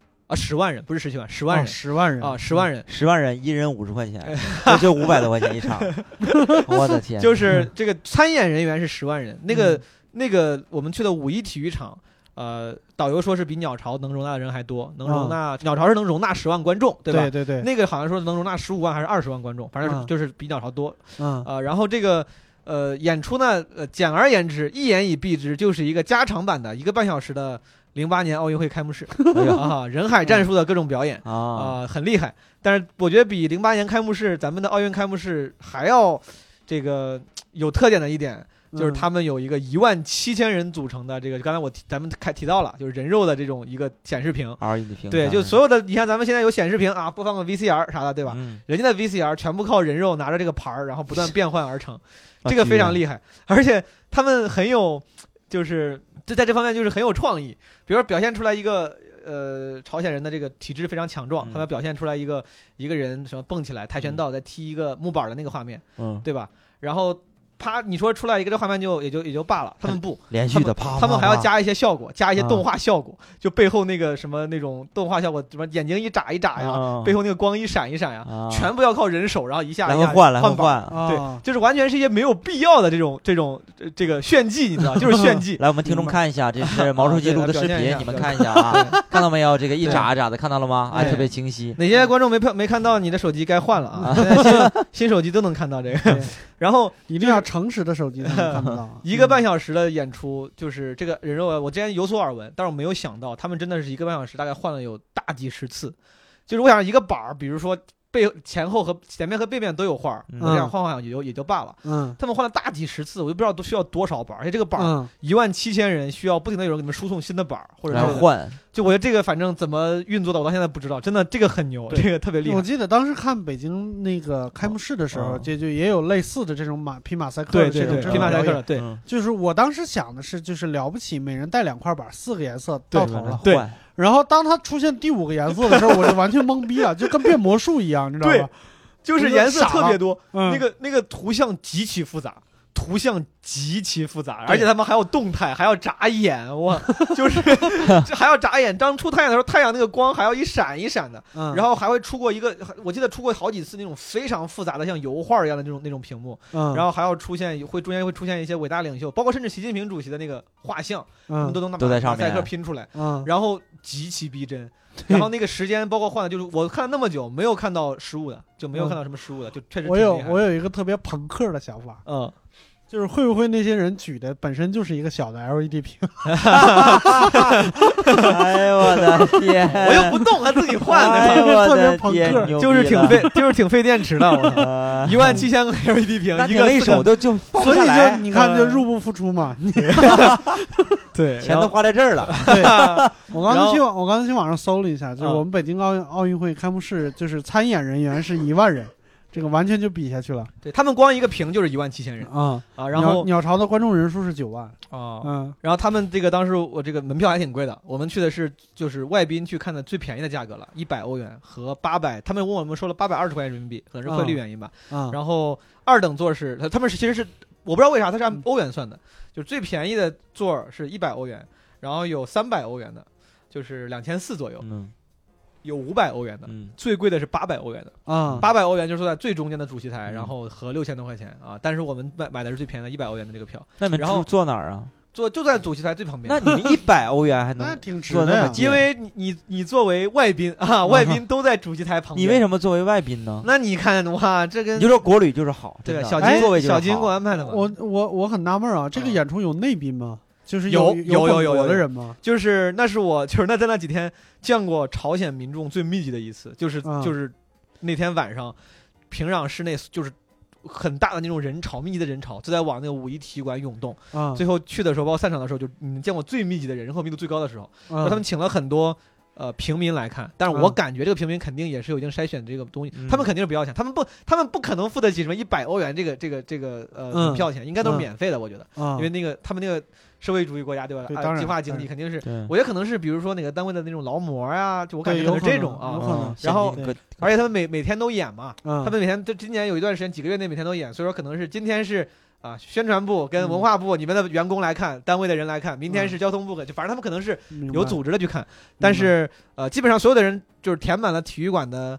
10万人，不是17万，10万人 ，10万人 10万人 ，10万人，一人50块钱，就500多块钱一场，我的天！ 就是这个参演人员是10万人，那个我们去的5·1体育场，导游说是比鸟巢能容纳的人还多，能容纳鸟巢是能容纳10万观众，对吧？ 对。 那个好像说能容纳15万还是20万观众，反正就是比鸟巢多。然后这个演出呢，简而言之，一言以蔽之，就是一个加长版的1个半小时的08年奥运会开幕式人海战术的各种表演很厉害。但是我觉得比08年开幕式咱们的奥运开幕式还要这个有特点的一点。就是他们有一个17000人组成的这个，刚才咱们提到了，就是人肉的这种一个显示屏，对，就所有的，你看咱们现在有显示屏啊，播放个 VCR 啥的，对吧？人家的 VCR 全部靠人肉拿着这个牌儿，然后不断变换而成，这个非常厉害，而且他们很有，就是在这方面就是很有创意，比如说表现出来一个。朝鲜人的这个体质非常强壮，他们表现出来一个人什么蹦起来跆拳道在踢一个木板的那个画面，对吧？然后啪，你说出来一个这画面也就罢了，他们不连续的啪， 他们还要加一些效果，加一些动画效果，就背后那个什么那种动画效果，什么眼睛一眨一眨呀，背后那个光一闪一闪呀，全部要靠人手，然后一下换板，对，就是完全是一些没有必要的这个炫技，你知道，就是炫技。 来，我们听众看一下，这是毛书记录的视频，你们看一下啊，看到没有？这个一眨一眨的，看到了吗？哎，特别清晰。 哪些观众没看到，你的手机该换了啊！现在新手机都能看到这个，然后一定要诚实的手机才能看得到。 1个半小时的演出，就是这个人肉，我之前有所耳闻，但是我没有想到，他们真的是1个半小时，大概换了有大几十次。就是我想一个板儿，比如说前后和前面和背面都有画，我这样换也就罢了。他们换了大几十次，我就不知道都需要多少板，而且这个板17000人需要不停的有人给你们输送新的板，或者是换。 就我觉得这个反正怎么运作的，我到现在不知道，真的这个很牛，这个特别厉害。 我记得当时看北京那个开幕式的时候，就也有类似的这种拼马赛克的这种拼马赛克，对， 就是我当时想的是，就是了不起，每人带2块板，4个颜色到头了， 对。 然后当它出现第5个颜色的时候，我就完全懵逼了，就跟变魔术一样，你知道吧？ 就是颜色特别多，那个图像极其复杂。而且他们还有动态，还要眨眼，哇，就是还要眨眼。当出太阳的时候，太阳那个光还要一闪一闪的，然后还会出过一个，我记得出过好几次那种非常复杂的像油画一样的那种屏幕，然后还要中间会出现一些伟大领袖，包括甚至习近平主席的那个画像，他们都能都在上面马赛克拼出来，然后极其逼真。然后那个时间包括换的，就是我看了那么久没有看到失误的，就没有看到什么失误的，就确实挺厉害。 我有一个特别朋克的想法，就是会不会那些人举的本身就是一个小的 LED 屏？ 哎呦我的天！ 我又不动，还自己换， 哎呦我的天！ 就是挺费电池的。17000个 LED 屏，一个一手就所以就你看就入不敷出嘛。 对， 钱都花在这儿了。 对，我刚才去网上搜了一下，就是我们北京奥运会开幕式，就是参演人员是1万人。这个完全就比下去了。 对，他们光一个屏就是17000人然后鸟巢的观众人数是9万然后他们这个当时我这个门票还挺贵的，我们去的是就是外宾去看的最便宜的价格了，100欧元和800，他们问我们说了820块钱人民币，可能是汇率原因吧。然后2等座是他们其实是我不知道为啥他是按欧元算的，就是最便宜的座是100欧元，然后有300欧元的，就是2400左右。有500欧元的，最贵的是800欧元的，800欧元就是坐在最中间的主席台，然后合6000多块钱啊。但是我们买的是最便宜的100欧元的这个票。 那你们坐哪儿啊？ 就在主席台最旁边。 那你们100欧元还能那挺值的， 因为你作为外宾啊，外宾都在主席台旁边。 你为什么作为外宾呢？ 那你看哇，这个你就说国旅就是好， 对， 小金给我安排的嘛。 我很纳闷啊，这个演出有内宾吗？就是有的人吗？ 就是那是我就是在那几天见过朝鲜民众最密集的一次，就是那天晚上平壤市内就是很大的那种人潮，密集的人潮就在往那个五一体育馆涌动。最后去的时候，包括散场的时候，就你见过最密集的人口密度最高的时候。他们请了很多平民来看，但是我感觉这个平民肯定也是有一定筛选的这个东西，他们肯定是不要钱，他们不可能付得起什么100欧元这个门票钱，应该都是免费的，我觉得，因为那个他们那个社会主义国家对吧？计划经济肯定是，我觉得可能是比如说哪个单位的那种劳模啊，就我感觉可能是这种啊，然后而且他们每天都演嘛，他们每天就今年有一段时间几个月内每天都演，所以说可能是今天是。宣传部跟文化部你们的员工来看，单位的人来看，明天是交通部，就反正他们可能是有组织的去看，但是基本上所有的人就是填满了体育馆的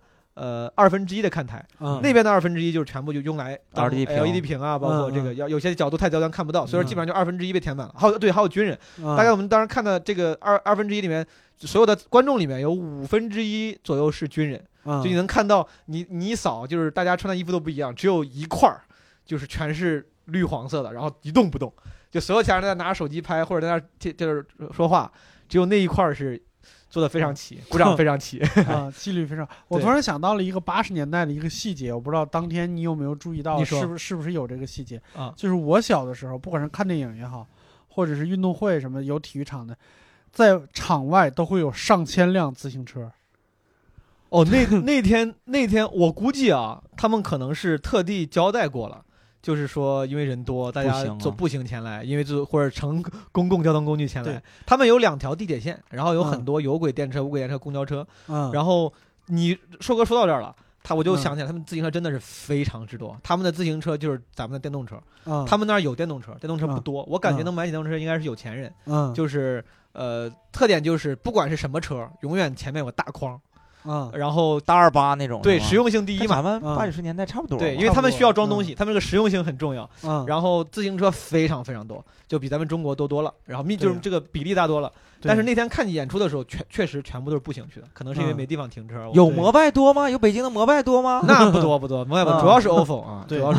1/2的看台，那边的1/2就是全部就用来当 LED 屏啊，包括这个有些角度太高端看不到，所以说基本上就1/2被填满了。还有军人，大概我们当时看的这个1/2里面，所有的观众里面有1/5左右是军人，就你能看到你一扫就是大家穿的衣服都不一样，只有一块就是全是绿黄色的，然后一动不动，就所有其他人在拿手机拍或者在那就是说话，只有那一块是做的非常齐，鼓掌非常齐纪律非常。我突然想到了一个80年代的一个细节，我不知道当天你有没有注意到，是不是有这个细节啊？就是我小的时候，不管是看电影也好，或者是运动会什么有体育场的，在场外都会有上千辆自行车。 那天我估计啊，他们可能是特地交代过了。就是说，因为人多，大家走步行前来，因为或者乘公共交通工具前来。他们有2条地铁线，然后有很多有轨电车、无轨电车、公交车。然后你硕哥说到这儿了， 我就想起来，他们自行车真的是非常之多。他们的自行车就是咱们的电动车，他们那儿有电动车，电动车不多。我感觉能买起电动车应该是有钱人。就是特点就是不管是什么车，永远前面有个大框。然后大28那种， 对，实用性第一嘛。 咱们80、90年代差不多。 对，因为他们需要装东西，他们这个实用性很重要。然后自行车非常非常多，就比咱们中国多了。然后就是这个比例大多了。但是那天看演出的时候，确实全部都是步行去的，可能是因为没地方停车。 有摩拜多吗？有北京的摩拜多吗？ 那不多，摩拜主要是 ofo 啊，主要是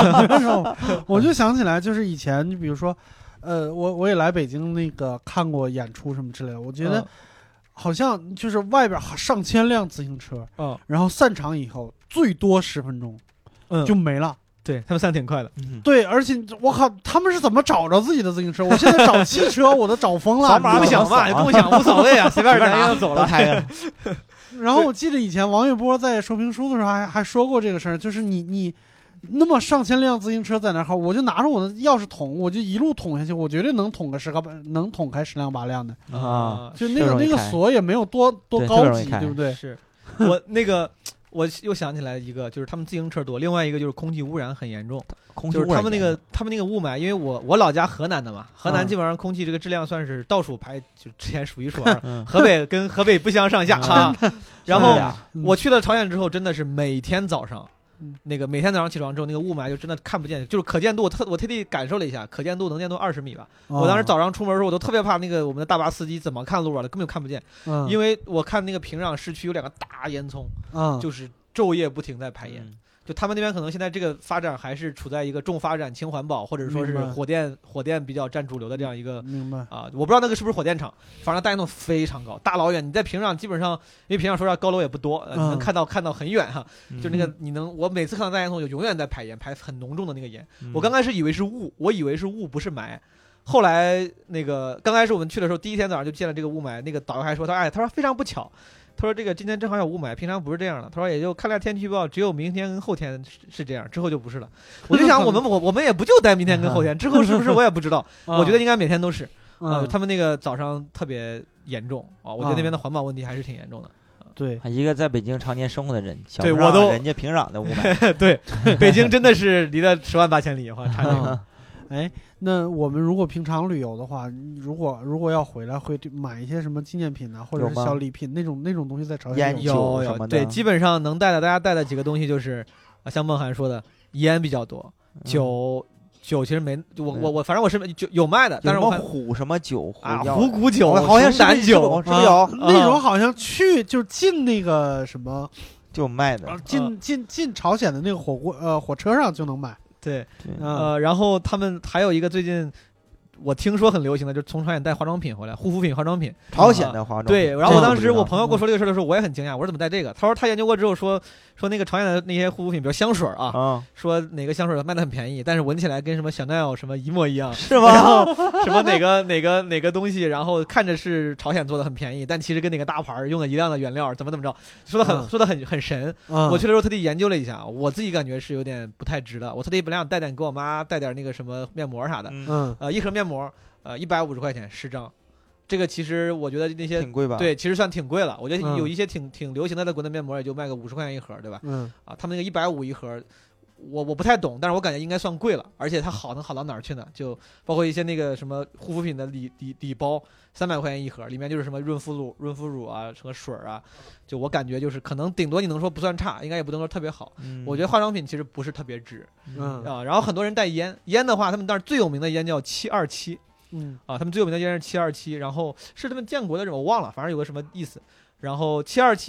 ofo。 我就想起来，就是以前，你比如说，我也来北京那个看过演出什么之类的，我觉得。好像就是外边上千辆自行车，然后散场以后最多10分钟，就没了。 对，他们散挺快的。 对，而且我靠，他们是怎么找着自己的自行车？我现在找汽车我都找疯了。 不想嘛，你不想无所谓啊，随便拿走了。 然后我记得以前王玥波在说评书的时候还说过这个事儿，就是你。那么上千辆自行车在那儿，我就拿着我的钥匙捅，我就一路捅下去，我绝对能捅开10辆8辆的啊！ 就那个锁也没有多高级，对不对？ 是我又想起来一个，就是他们自行车多，另外一个就是空气污染很严重。就是他们那个雾霾，因为我老家河南的嘛，河南基本上空气这个质量算是倒数排，就之前数一数二，河北跟河北不相上下啊。然后我去了朝鲜之后，真的是每天早上。每天早上起床之后，那个雾霾就真的看不见，就是可见度，我特地感受了一下，可见度能见度20米吧。我当时早上出门的时候，我都特别怕那个我们的大巴司机怎么看路啊，根本就看不见。因为我看那个平壤市区有2个大烟囱，就是昼夜不停在排烟。就他们那边可能现在这个发展还是处在一个重发展轻环保，或者说是火电比较占主流的这样一个。 明白啊，我不知道那个是不是火电厂，反正大烟囱非常高，大老远。你在平壤基本上，因为平壤说实话高楼也不多，你能看到很远哈。就那个我每次看到大烟囱就永远在排烟，排很浓重的那个烟。我刚开始以为是雾，不是霾。后来刚开始我们去的时候，第一天早上就见了这个雾霾，那个导游还说他说非常不巧。他说这个今天正好有雾霾，平常不是这样的。他说也就看了天气预报，只有明天跟后天是这样，之后就不是了。我就想我们也不就待明天跟后天，之后是不是我也不知道。我觉得应该每天都是。他们那个早上特别严重啊，我觉得那边的环保问题还是挺严重的。 对， 一个在北京常年生活的人， 对我都人家平壤的雾霾， 对，北京真的是离了10万8千里哈，差这个。 哎，那我们如果平常旅游的话，如果要回来，会买一些什么纪念品啊，或者是小礼品那种东西在朝鲜有什么的？ 对，基本上能带的，大家带的几个东西就是像孟涵说的，烟比较多，酒其实没，我反正我是有卖的，但是我虎什么酒啊，虎骨酒， 好像是酒， 是不是有那种好像就进那个什么就卖的， 进朝鲜的那个火车上就能买。 对，然后他们还有一个最近我听说很流行的，就是从朝鲜带化妆品回来，护肤品、化妆品， 朝鲜的化妆品。 对，然后我当时我朋友跟我说这个事的时候，我也很惊讶，我说怎么带这个？他说他研究过之后说那个朝鲜的那些护肤品，比如香水啊，说哪个香水卖的很便宜，但是闻起来跟什么香奈儿什么一模一样， 是吗？ 然后什么哪个东西，然后看着是朝鲜做的很便宜，但其实跟哪个大牌用了一样的原料，怎么着，说的很神。我去的时候特地研究了一下，我自己感觉是有点不太值的。我特地本来想带点给我妈带点那个什么面膜啥的，一盒面膜150块钱10张。这个其实我觉得那些挺贵吧？ 对，其实算挺贵了。我觉得有一些挺流行的国内面膜也就卖个50块钱一盒，对吧？他们那个150一盒，我不太懂，但是我感觉应该算贵了。而且它能好到哪儿去呢？就包括一些那个什么护肤品的礼包，300块钱一盒，里面就是什么润肤乳啊，什么水啊，就我感觉就是可能顶多你能说不算差，应该也不能说特别好。我觉得化妆品其实不是特别值。然后很多人带烟的话，他们那儿最有名的烟叫727。他们最有名的烟是727，然后是他们建国的人我忘了，反正有个什么意思。然后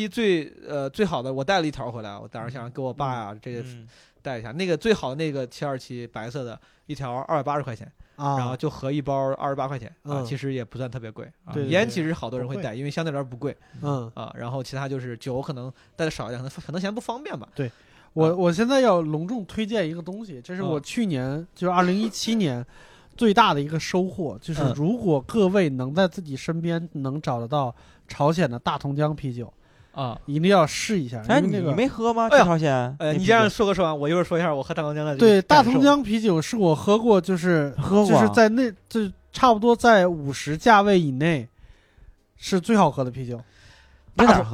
727最好的，我带了一条回来，我当时想给我爸呀这个带一下。那个最好的那个727白色的一条280块钱，然后就合一包28块钱其实也不算特别贵啊。烟其实好多人会带，因为相对来说不贵。然后其他就是酒可能带的少一点，可能嫌不方便吧。 对，我现在要隆重推荐一个东西，这是我去年就是2017年。最大的一个收获就是，如果各位能在自己身边能找得到朝鲜的大同江啤酒一定要试一下。 哎，你没喝吗？朝鲜？ 你这样说完，我一会儿说一下我喝大同江的。 对，大同江啤酒是我喝过，就是在就差不多在50价位以内是最好喝的啤酒。 在哪喝的？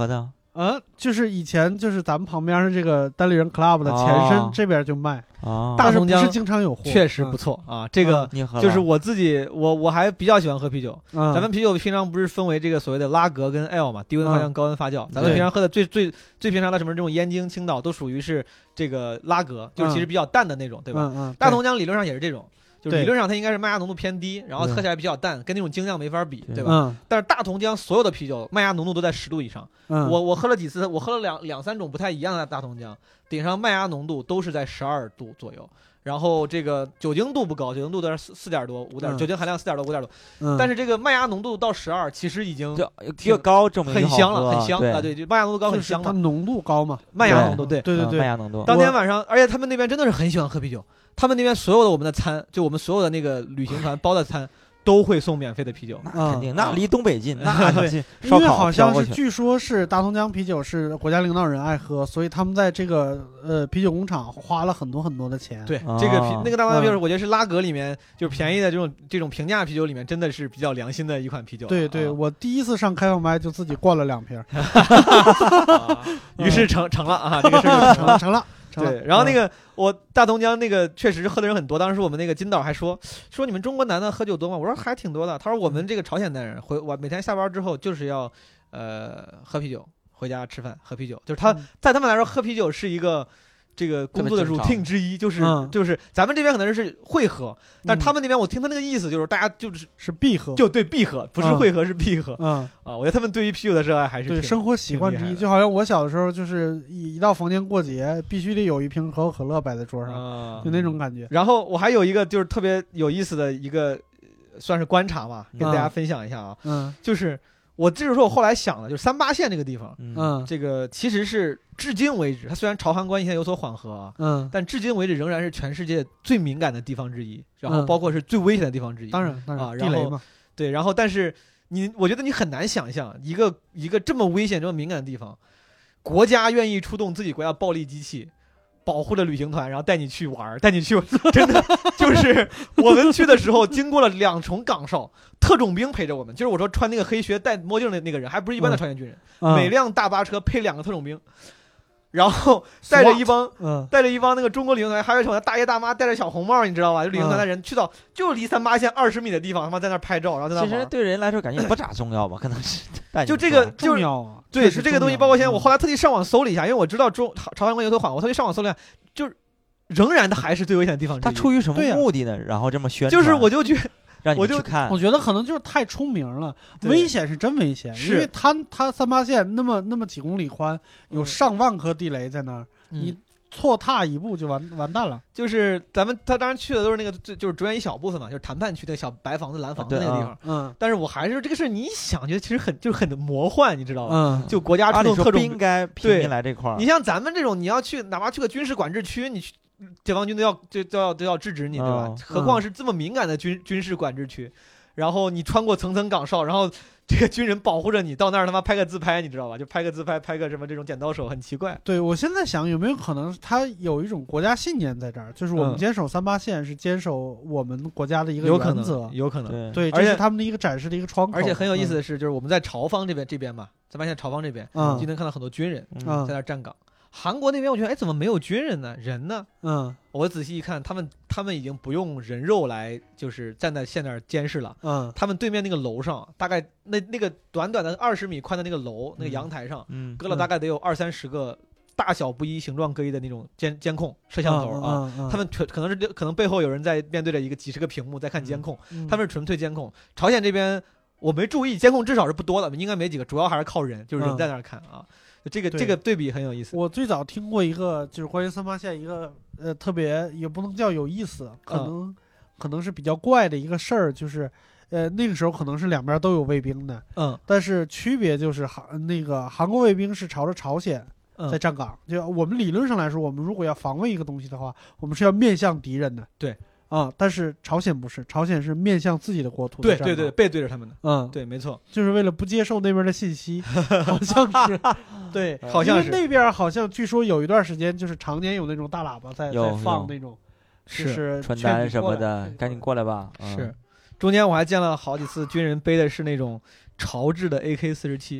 就是以前就是咱们旁边的这个单立人 club 的前身，这边就卖大同江是经常有货， 确实不错啊。这个就是我自己，我还比较喜欢喝啤酒。咱们啤酒平常不是分为这个所谓的拉格跟 L 嘛，低温发酵、高温发酵。咱们平常喝的最平常的什么这种燕京、青岛都属于是这个拉格，就是其实比较淡的那种，对吧？大同江理论上也是这种。就理论上它应该是麦芽浓度偏低，然后喝起来比较淡，跟那种精酿没法比，对吧？但是大同江所有的啤酒麦芽浓度都在10度以上。我喝了几次，我喝了两三种不太一样的大同江，顶上麦芽浓度都是在12度左右。然后这个酒精度不高，酒精度在4点多5点，酒精含量4点多5点多。但是这个麦芽浓度到12，其实已经越高证明很香了，很香啊！对，就麦芽浓度高很香嘛。 它浓度高嘛， 麦芽浓度对， 麦芽浓度。 当天晚上，而且他们那边真的是很喜欢喝啤酒。他们那边所有的我们的餐，就我们所有的那个旅行团包的餐，都会送免费的啤酒。 肯定，那离东北近，那因为好像是据说是大同江啤酒是国家领导人爱喝，所以他们在这个啤酒工厂花了很多很多的钱。 对，这个那个大同江啤酒，我觉得是拉格里面就是便宜的这种平价啤酒里面，真的是比较良心的一款啤酒。 对，我第一次上开放麦就自己灌了2瓶， 于是成了啊，这个事儿成了。 对，然后那个我大同江那个确实喝的人很多，当时我们那个金导还说你们中国男的喝酒多吗？我说还挺多的。他说我们这个朝鲜男人我每天下班之后就是要喝啤酒，回家吃饭喝啤酒，就是在他们来说喝啤酒是一个这个工作的 routine 之一，就是咱们这边可能是会喝，但他们那边我听他那个意思就是大家是必喝， 就对必喝，不是会喝是必喝。我觉得他们对于啤酒的热爱还是对生活习惯之一，就好像我小的时候就是一到逢年过节必须得有一瓶可口可乐摆在桌上，就那种感觉。 然后我还有一个就是特别有意思的一个算是观察嘛，跟大家分享一下啊，就是我这就是我后来想的，就是38线这个地方，这个其实是至今为止，它虽然朝韩关系现在有所缓和啊，但至今为止仍然是全世界最敏感的地方之一，然后包括是最危险的地方之一。 当然啊， 地雷嘛。 对，然后但是我觉得你很难想象一个这么危险、这么敏感的地方，国家愿意出动自己国家暴力机器。保护着旅行团，然后带你去玩，真的就是我们去的时候，经过了2重岗哨，特种兵陪着我们，就是我说穿那个黑靴、戴墨镜的那个人，还不是一般的朝鲜军人，每辆大巴车配2个特种兵，然后带着一帮那个中国旅行团，还有什么大爷大妈戴着小红帽，你知道吧？就旅行团的人去到就离38线20米的地方，他妈在那拍照，然后在那玩。 其实对人来说感觉不咋重要吧？可能是就这个重要啊。 对，是这个东西。包括现在我后来特地上网搜了一下，因为我知道朝韩关系有所缓和，我特地上网搜了一下，就是仍然它还是最危险的地方之一。 他出于什么目的呢？然后这么宣传？ 就是我就觉得。 让你去看， 我觉得可能就是太出名了，危险是真危险，因为它38线那么几公里宽，有上万颗地雷在那儿，你错踏一步就完蛋了。 就是他当然去的都是那个就是主要一小部分嘛，就是谈判区那个小白房子蓝房子那个地方。但是我还是这个事你一想觉得其实很魔幻，你知道吧？就国家出动特种兵应该平民来这块儿。 你像咱们这种，你要去哪怕去个军事管制区，你去。解放军都要制止你，对吧？何况是这么敏感的军事管制区，然后你穿过层层岗哨，然后这个军人保护着你，到那儿他妈拍个自拍，你知道吧？就拍个自拍，拍个什么这种剪刀手，很奇怪。 对，我现在想有没有可能他有一种国家信念在这儿，就是我们坚守38线是坚守我们国家的一个原则， 有可能， 对，这是他们的一个展示的一个窗口。 而且很有意思的是，就是我们在朝方这边嘛，38线朝方这边，就能看到很多军人在那站岗。韩国那边我觉得，怎么没有军人呢？人呢？我仔细一看，他们已经不用人肉来，就是站在线那儿监视了。他们对面那个楼上，大概那个短短的20米宽的那个楼，那个阳台上，搁了大概得有20-30个大小不一、形状各异的那种监控摄像头啊。他们可能背后有人在面对着一个几十个屏幕在看监控，他们是纯粹监控。朝鲜这边我没注意，监控至少是不多的，应该没几个，主要还是靠人，就是人在那儿看啊。这个对比很有意思。 我最早听过一个就是关于38线一个特别也不能叫有意思，可能是比较怪的一个事儿，就是那个时候可能是两边都有卫兵的，但是区别就是韩国卫兵是朝着朝鲜在站岗，就我们理论上来说，我们如果要防卫一个东西的话，我们是要面向敌人的。 对。 但是朝鲜不是，朝鲜是面向自己的国土。 对，背对着他们的。对，没错， 就是为了不接受那边的信息，好像是。对， 好像是。 因为那边好像据说有一段时间，就是常年有那种大喇叭在放那种，就是传单什么的，赶紧过来吧。 是，中间我还见了好几次军人背的是那种朝制的AK-47。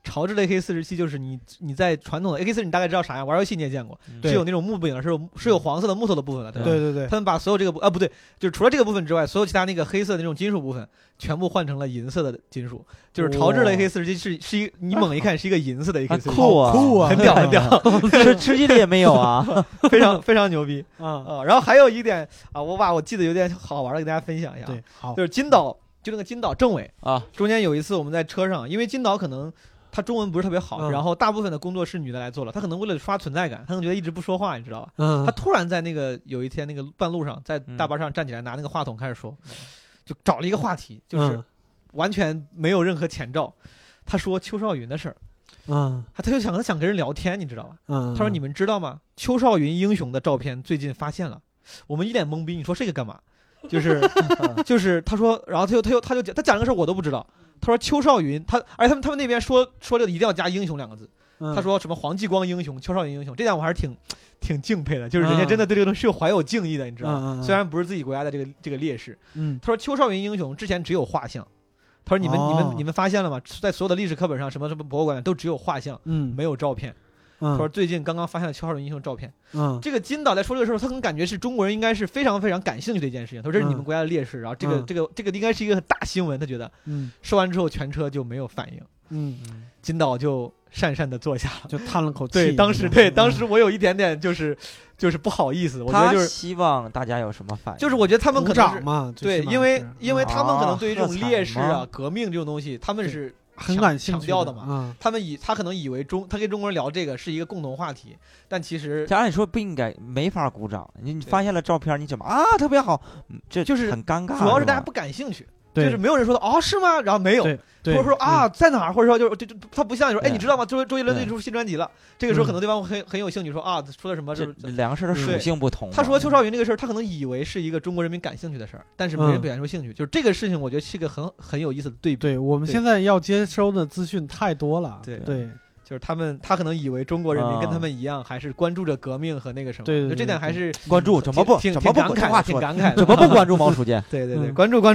潮质的 AK-47就是你在传统的 AK-40你大概知道啥样，玩游戏你也见过，是有那种木柄是有黄色的木头的部分的，对吧？ 对对对， 他们把所有这个不对，就是除了这个部分之外，所有其他那个黑色的那种金属部分全部换成了银色的金属，就是潮质的 AK-47是一你猛一看是一个银色的 AK-47， 酷啊， 酷啊， 很屌很屌， 吃鸡的也没有啊， 非常非常牛逼啊！然后还有一点啊，我记得有点好玩的，给大家分享一下。 对，好， 就是金岛，就那个金岛政委啊， 中间有一次我们在车上，因为金岛可能他中文不是特别好，然后大部分的工作是女的来做了，他可能为了刷存在感，他可能觉得一直不说话，你知道吧？他突然在有一天那个半路上，在大巴上站起来，拿那个话筒开始说，就找了一个话题，就是完全没有任何前兆，他说邱少云的事儿。他就想跟人聊天，你知道吧？他说你们知道吗？邱少云英雄的照片最近发现了，我们一脸懵逼。你说这个干嘛？就是他说，然后他讲这个事儿我都不知道。他说邱少云而且他们那边说这个一定要加英雄2个字。他说什么黄继光英雄、邱少云英雄，这点我还是挺敬佩的，就是人家真的对这个东西是怀有敬意的，你知道吗？虽然不是自己国家的这个烈士。他说邱少云英雄之前只有画像。他说你们发现了吗？在所有的历史课本上，什么博物馆都只有画像，没有照片。他说最近刚刚发现了邱少云英雄照片。这个金岛在说这个时候，他可能感觉是中国人应该是非常非常感兴趣的一件事情。他说这是你们国家的烈士，然后这个应该是一个很大新闻。他觉得，说完之后全车就没有反应。金岛就讪讪的坐下了， 就叹了口气。 对，当时我有一点点就是不好意思，我觉得就是希望大家有什么反应， 就是我觉得他们可能是嘛， 对，因为他们可能对于这种烈士啊、革命这种东西，他们是很感兴趣强调的嘛。他可能以为他跟中国人聊这个是一个共同话题，但其实按理说不应该，没法鼓掌。你发现了照片，你怎么特别好？这就是很尴尬， 主要是大家不感兴趣。就是没有人说的是吗？然后没有，或者说在哪儿，或者说就他不像你说，你知道吗？周杰伦推出新专辑了，这个时候可能对方很有兴趣，说说的什么？ 这两个事儿的属性不同。 他说邱少云这个事儿，他可能以为是一个中国人民感兴趣的事儿，但是没人表现出兴趣。就是这个事情，我觉得是一个很有意思的对比。 对，我们现在要接收的资讯太多了。对。 就是他可能以为中国人民跟他们一样，还是关注着革命和那个什么。 对， 就这点还是关注，怎么不挺感慨，挺感慨的， 怎么不关注毛书记？ 对，关注。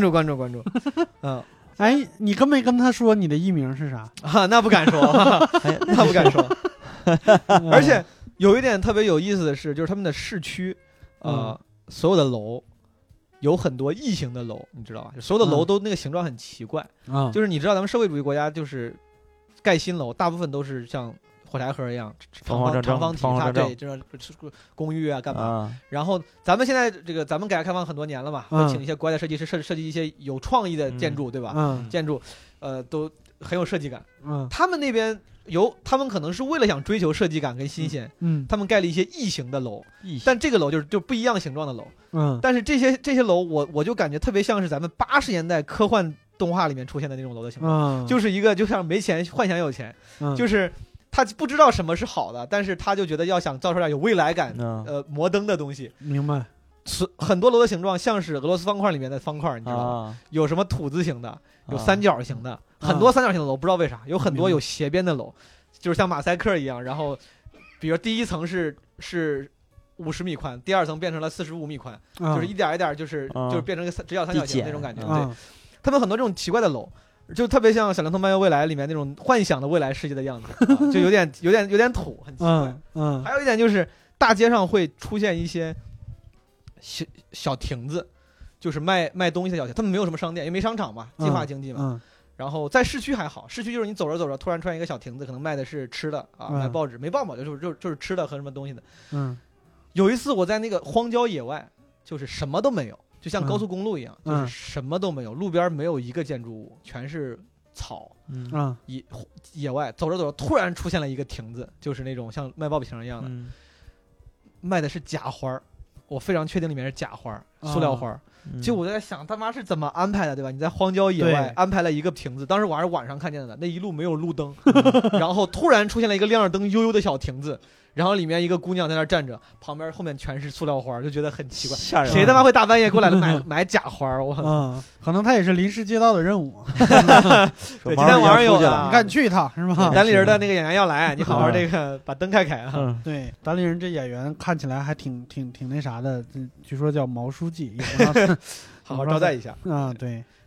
你跟没跟他说你的艺名是啥？ 那不敢说，那不敢说。而且有一点特别有意思的是，就是他们的市区，所有的楼有很多异形的楼，你知道吧？所有的楼都那个形状很奇怪。就是你知道咱们社会主义国家就是盖新楼，大部分都是像火柴盒一样长方体，对，这种公寓啊，干嘛？然后咱们现在咱们改革开放很多年了嘛，会请一些国外的设计师设计一些有创意的建筑，对吧？建筑都很有设计感。他们那边他们可能是为了想追求设计感跟新鲜，他们盖了一些异形的楼，但这个楼就不一样形状的楼。但是这些楼我就感觉特别像是咱们80年代科幻动画里面出现的那种楼的形状，就是一个就像没钱幻想有钱，就是他不知道什么是好的，但是他就觉得要想造出来有未来感、摩登的东西。 明白。 很多楼的形状像是俄罗斯方块里面的方块，你知道吗？有什么土字形的，有三角形的，很多三角形的楼，不知道为啥，有很多有斜边的楼，就是像马赛克一样。然后，比如第一层是50米宽，第二层变成了45米宽，就是一点一点就是变成一个直角三角形那种感觉。对。他们很多这种奇怪的楼，就特别像《小灵通漫游未来》里面那种幻想的未来世界的样子，就有点土，很奇怪。还有一点就是大街上会出现一些小亭子，就是卖东西的小亭。他们没有什么商店，因为没商场嘛，计划经济嘛。然后在市区还好，市区就是你走着走着，突然出现一个小亭子，可能卖的是吃的啊，卖报纸没报嘛，就是吃的和什么东西的。有一次我在那个荒郊野外，就是什么都没有。就像高速公路一样，就是什么都没有，路边没有一个建筑物，全是草。野外走着走着，突然出现了一个亭子，就是那种像卖爆米瓶一样的，卖的是假花，我非常确定里面是假花，塑料花。就我在想，他妈是怎么安排的，对吧？你在荒郊野外安排了一个亭子，当时我还是晚上看见的，那一路没有路灯，然后突然出现了一个亮着灯悠悠的小亭子。然后里面一个姑娘在那站着，旁边后面全是塑料花，就觉得很奇怪，谁他妈会大半夜过来买假花？我可能他也是临时接到的任务。 对，今天晚上有你赶紧去一趟是吧？ 单立人的那个演员要来，你好好这个把灯开啊。 对，单立人这演员看起来还挺那啥的，据说叫毛书记， 好好招待一下啊。对，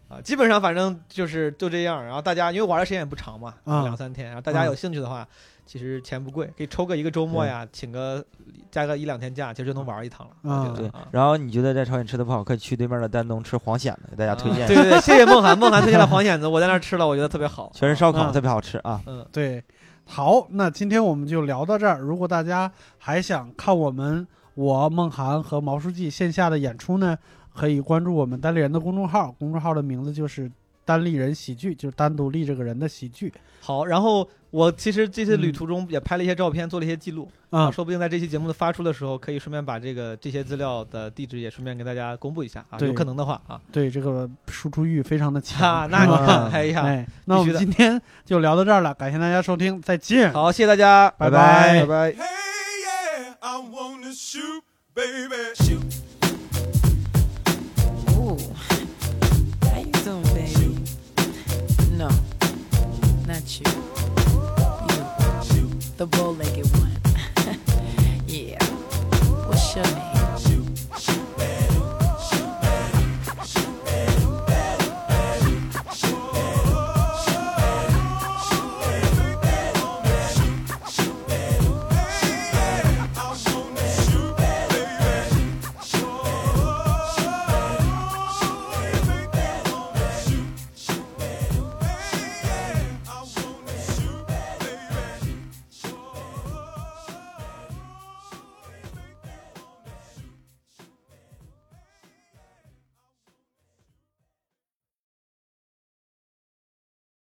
基本上反正就这样。然后大家因为玩的时间也不长嘛，2-3天，然后大家有兴趣的话。其实钱不贵，可以抽个1个周末呀，加个1-2天假，其实就能玩一趟了。 对。然后你觉得在朝鲜吃的不好，可以去对面的丹东吃黄蚬子，给大家推荐。 对，谢谢梦涵推荐了黄蚬子，我在那儿吃了，我觉得特别好， 全是烧烤，特别好吃啊。 对。好，那今天我们就聊到这儿。如果大家还想看我梦涵和毛书记线下的演出呢，可以关注我们单立人的公众号，公众号的名字就是单立人喜剧，就是单独立这个人的喜剧。 好，然后我其实这次旅途中也拍了一些照片，做了一些记录说不定在这期节目的发出的时候，可以顺便把这些资料的地址也顺便给大家公布一下有可能的话对，这个输出欲非常的强那你看，哎呀， 那我们今天就聊到这儿了，感谢大家收听，再见。 好，谢谢大家， 拜拜， 拜拜。 No, not you. You, the bow-legged one. Yeah. What's your name?